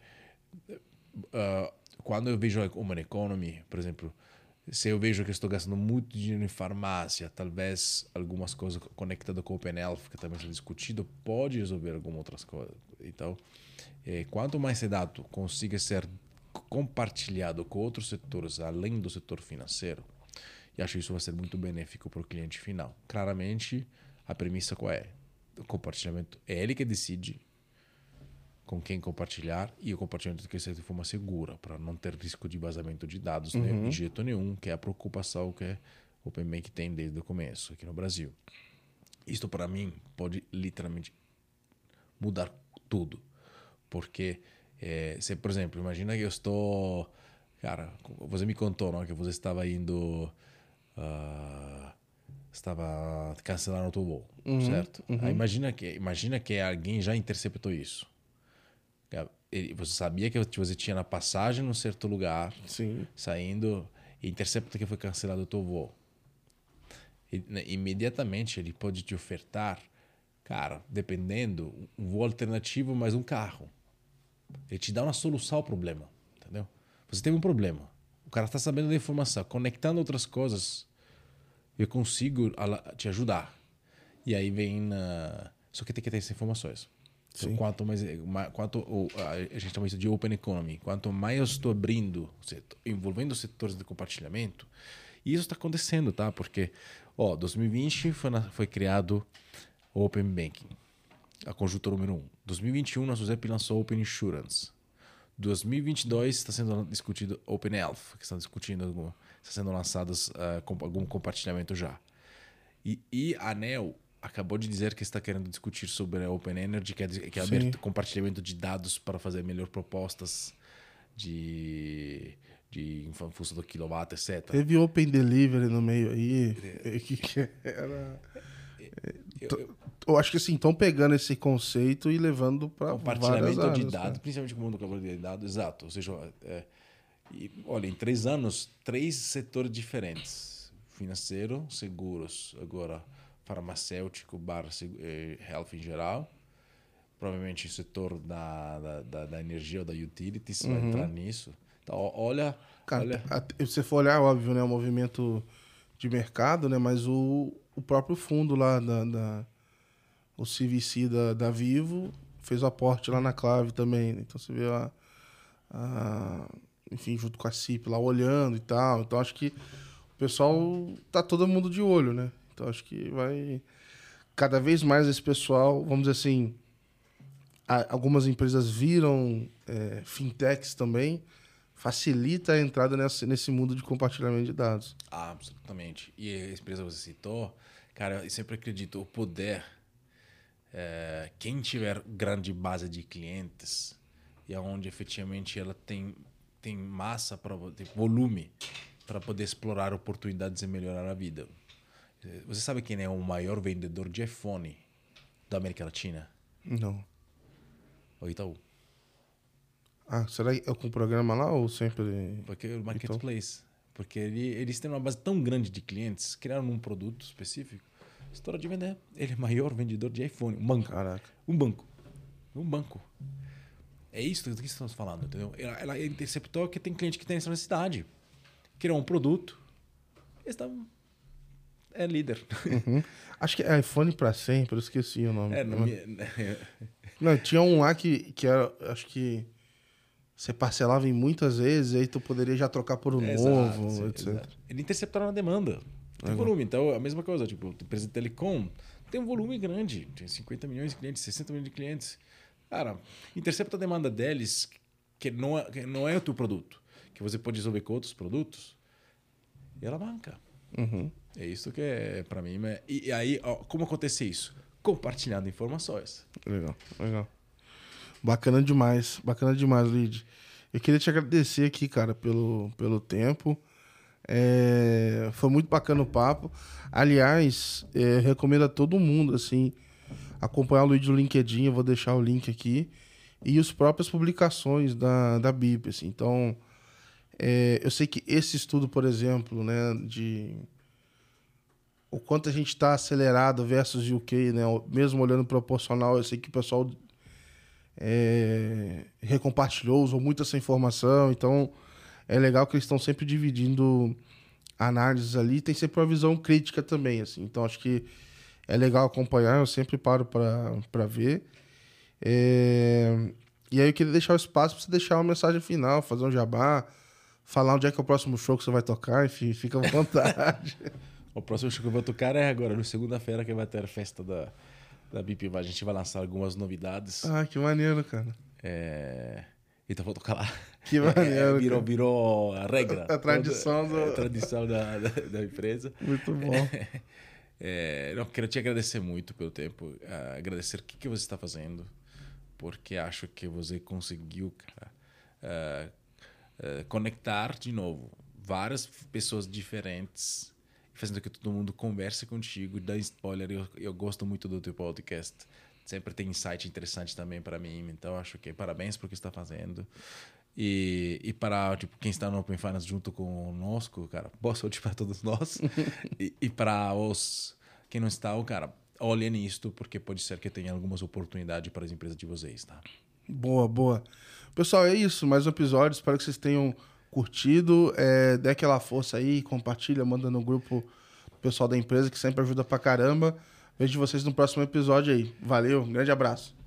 Speaker 2: uh, quando eu vejo a Human Economy, por exemplo, se eu vejo que estou gastando muito dinheiro em farmácia, talvez algumas coisas conectadas com o Open Health, que também está discutido, pode resolver algumas outras coisas. Então, eh, quanto mais esse dado consiga ser compartilhado com outros setores, além do setor financeiro, eu acho que isso vai ser muito benéfico para o cliente final. Claramente, a premissa qual é? O compartilhamento é ele que decide com quem compartilhar e o compartilhamento tem que ser de forma segura, para não ter risco de vazamento de dados, uhum. né, de jeito nenhum, que é a preocupação que o Open Bank tem desde o começo aqui no Brasil. Isto, para mim, pode literalmente mudar tudo. Porque, é, se, por exemplo, imagina que eu estou... Cara, você me contou, não, que você estava indo... Uh, estava cancelando o teu voo, uhum. certo? Uhum. Aí imagina que, imagina que alguém já interceptou isso. Você sabia que você tinha na passagem num certo lugar,
Speaker 1: Sim.
Speaker 2: saindo, e intercepta que foi cancelado o teu voo. E, né, imediatamente ele pode te ofertar, cara, dependendo, um voo alternativo mais um carro. Ele te dá uma solução ao problema, entendeu? Você tem um problema. O cara está sabendo da informação, conectando outras coisas, eu consigo te ajudar. E aí vem... Uh, só que tem que ter essas informações. Então, quanto mais, quanto a gente chama isso de open economy, quanto mais eu estou abrindo, envolvendo os setores de compartilhamento, e isso está acontecendo, tá? Porque, ó, dois mil e vinte foi, na, foi criado o Open Banking, a conjuntura número um. dois mil e vinte e um, nosso Zep lançou Open Insurance. dois mil e vinte e dois está sendo discutido Open Health, que estão discutindo, algum, está sendo lançados uh, com, algum compartilhamento já. E, e a ANEEL acabou de dizer que está querendo discutir sobre a Open Energy, que é, que é aberto compartilhamento de dados para fazer melhor propostas de, de em função do quilowatt, etcétera.
Speaker 1: Teve Open Delivery no meio aí. O que, que era? Eu, eu, eu acho que assim, estão pegando esse conceito e levando para
Speaker 2: compartilhamento
Speaker 1: áreas,
Speaker 2: de dados,
Speaker 1: né?
Speaker 2: principalmente com o mundo de dados, exato. Ou seja, é, e, olha, em três anos, três setores diferentes: financeiro, seguros, agora farmacêutico, bar, health em geral. Provavelmente o setor da, da, da, da energia ou da utilities uhum. vai entrar nisso. Então, olha...
Speaker 1: Cara,
Speaker 2: olha...
Speaker 1: Se você for olhar, óbvio, né, o movimento de mercado, né, mas o, o próprio fundo lá, da, da, o C V C da, da Vivo, fez o aporte lá na Clave também. Né? Então, você vê a, a... Enfim, junto com a C I P lá, olhando e tal. Então, acho que o pessoal tá todo mundo de olho, né? Então, acho que vai... Cada vez mais esse pessoal, vamos dizer assim... Algumas empresas viram é, fintechs também, facilita a entrada nesse, nesse mundo de compartilhamento de dados.
Speaker 2: Ah, absolutamente. E a empresa que você citou, cara, eu sempre acredito, o poder, é, quem tiver grande base de clientes e onde efetivamente ela tem, tem massa, pra, tem volume para poder explorar oportunidades e melhorar a vida. Você sabe quem é o maior vendedor de iPhone da América Latina?
Speaker 1: Não.
Speaker 2: O Itaú.
Speaker 1: Ah, será que é com o programa lá ou sempre...
Speaker 2: Porque o Marketplace. Então? Porque ele, eles têm uma base tão grande de clientes, criaram um produto específico, história de vender. Ele é o maior vendedor de iPhone. Um banco.
Speaker 1: Caraca.
Speaker 2: Um banco. Um banco. É isso do que estamos falando, entendeu? Ela, ela interceptou que tem cliente que tem essa necessidade. Criou um produto. Eles estão... É líder.
Speaker 1: Uhum. Acho que é iPhone para sempre, eu esqueci o nome.
Speaker 2: É, não, me...
Speaker 1: não, tinha um lá que, que era, acho que você parcelava em muitas vezes, e aí tu poderia já trocar por um é, novo, exato, sim, etcétera. Exato.
Speaker 2: Ele interceptaram na demanda. Tem é volume. Então, a mesma coisa. Tipo, a empresa de telecom tem um volume grande. Tem cinquenta milhões de clientes, sessenta milhões de clientes. Cara, intercepta a demanda deles, que não é, que não é o teu produto, que você pode resolver com outros produtos, e ela banca.
Speaker 1: Uhum.
Speaker 2: É isso que é para mim. E, e aí, ó, como acontece isso? Compartilhando informações.
Speaker 1: Legal, legal. Bacana demais, bacana demais, Lid. Eu queria te agradecer aqui, cara, pelo, pelo tempo. É, foi muito bacana o papo. Aliás, é, recomendo a todo mundo, assim, acompanhar o Luiz no LinkedIn, eu vou deixar o link aqui. E as próprias publicações da, da B I P, assim. Então, é, eu sei que esse estudo, por exemplo, né, de... o quanto a gente está acelerado versus U K, né? Mesmo olhando proporcional, eu sei que o pessoal é, recompartilhou, usou muito essa informação, então é legal que eles estão sempre dividindo análises ali, tem sempre uma visão crítica também, assim. Então acho que é legal acompanhar, eu sempre paro para ver. É, e aí eu queria deixar o espaço para você deixar uma mensagem final, fazer um jabá, falar onde é que é o próximo show que você vai tocar, enfim, fica à vontade.
Speaker 2: O próximo show que eu vou tocar é agora, no segunda-feira, que vai ter a festa da, da B I P. A gente vai lançar algumas novidades.
Speaker 1: Ah, que maneiro, cara.
Speaker 2: É... Então vou tocar lá.
Speaker 1: Que maneiro.
Speaker 2: É, virou, virou a regra.
Speaker 1: A, a tradição,
Speaker 2: toda,
Speaker 1: do...
Speaker 2: a tradição da, da, da empresa.
Speaker 1: Muito bom.
Speaker 2: É, não, quero te agradecer muito pelo tempo. Uh, agradecer o que, que você está fazendo. Porque acho que você conseguiu, cara, uh, uh, conectar de novo várias pessoas diferentes, fazendo que todo mundo converse contigo, dá spoiler. Eu, eu gosto muito do teu podcast. Sempre tem insight interessante também para mim. Então, acho que parabéns por o que está fazendo. E, e para tipo, quem está no Open Finance junto conosco, cara, boa sorte para todos nós. e e para os quem não está, cara, olhem nisto, porque pode ser que tenha algumas oportunidades para as empresas de vocês, tá?
Speaker 1: Boa, boa. Pessoal, é isso. Mais um episódio. Espero que vocês tenham curtido. É, dê aquela força aí, compartilha, manda no grupo do pessoal da empresa, que sempre ajuda pra caramba. Vejo vocês no próximo episódio aí. Valeu, um grande abraço.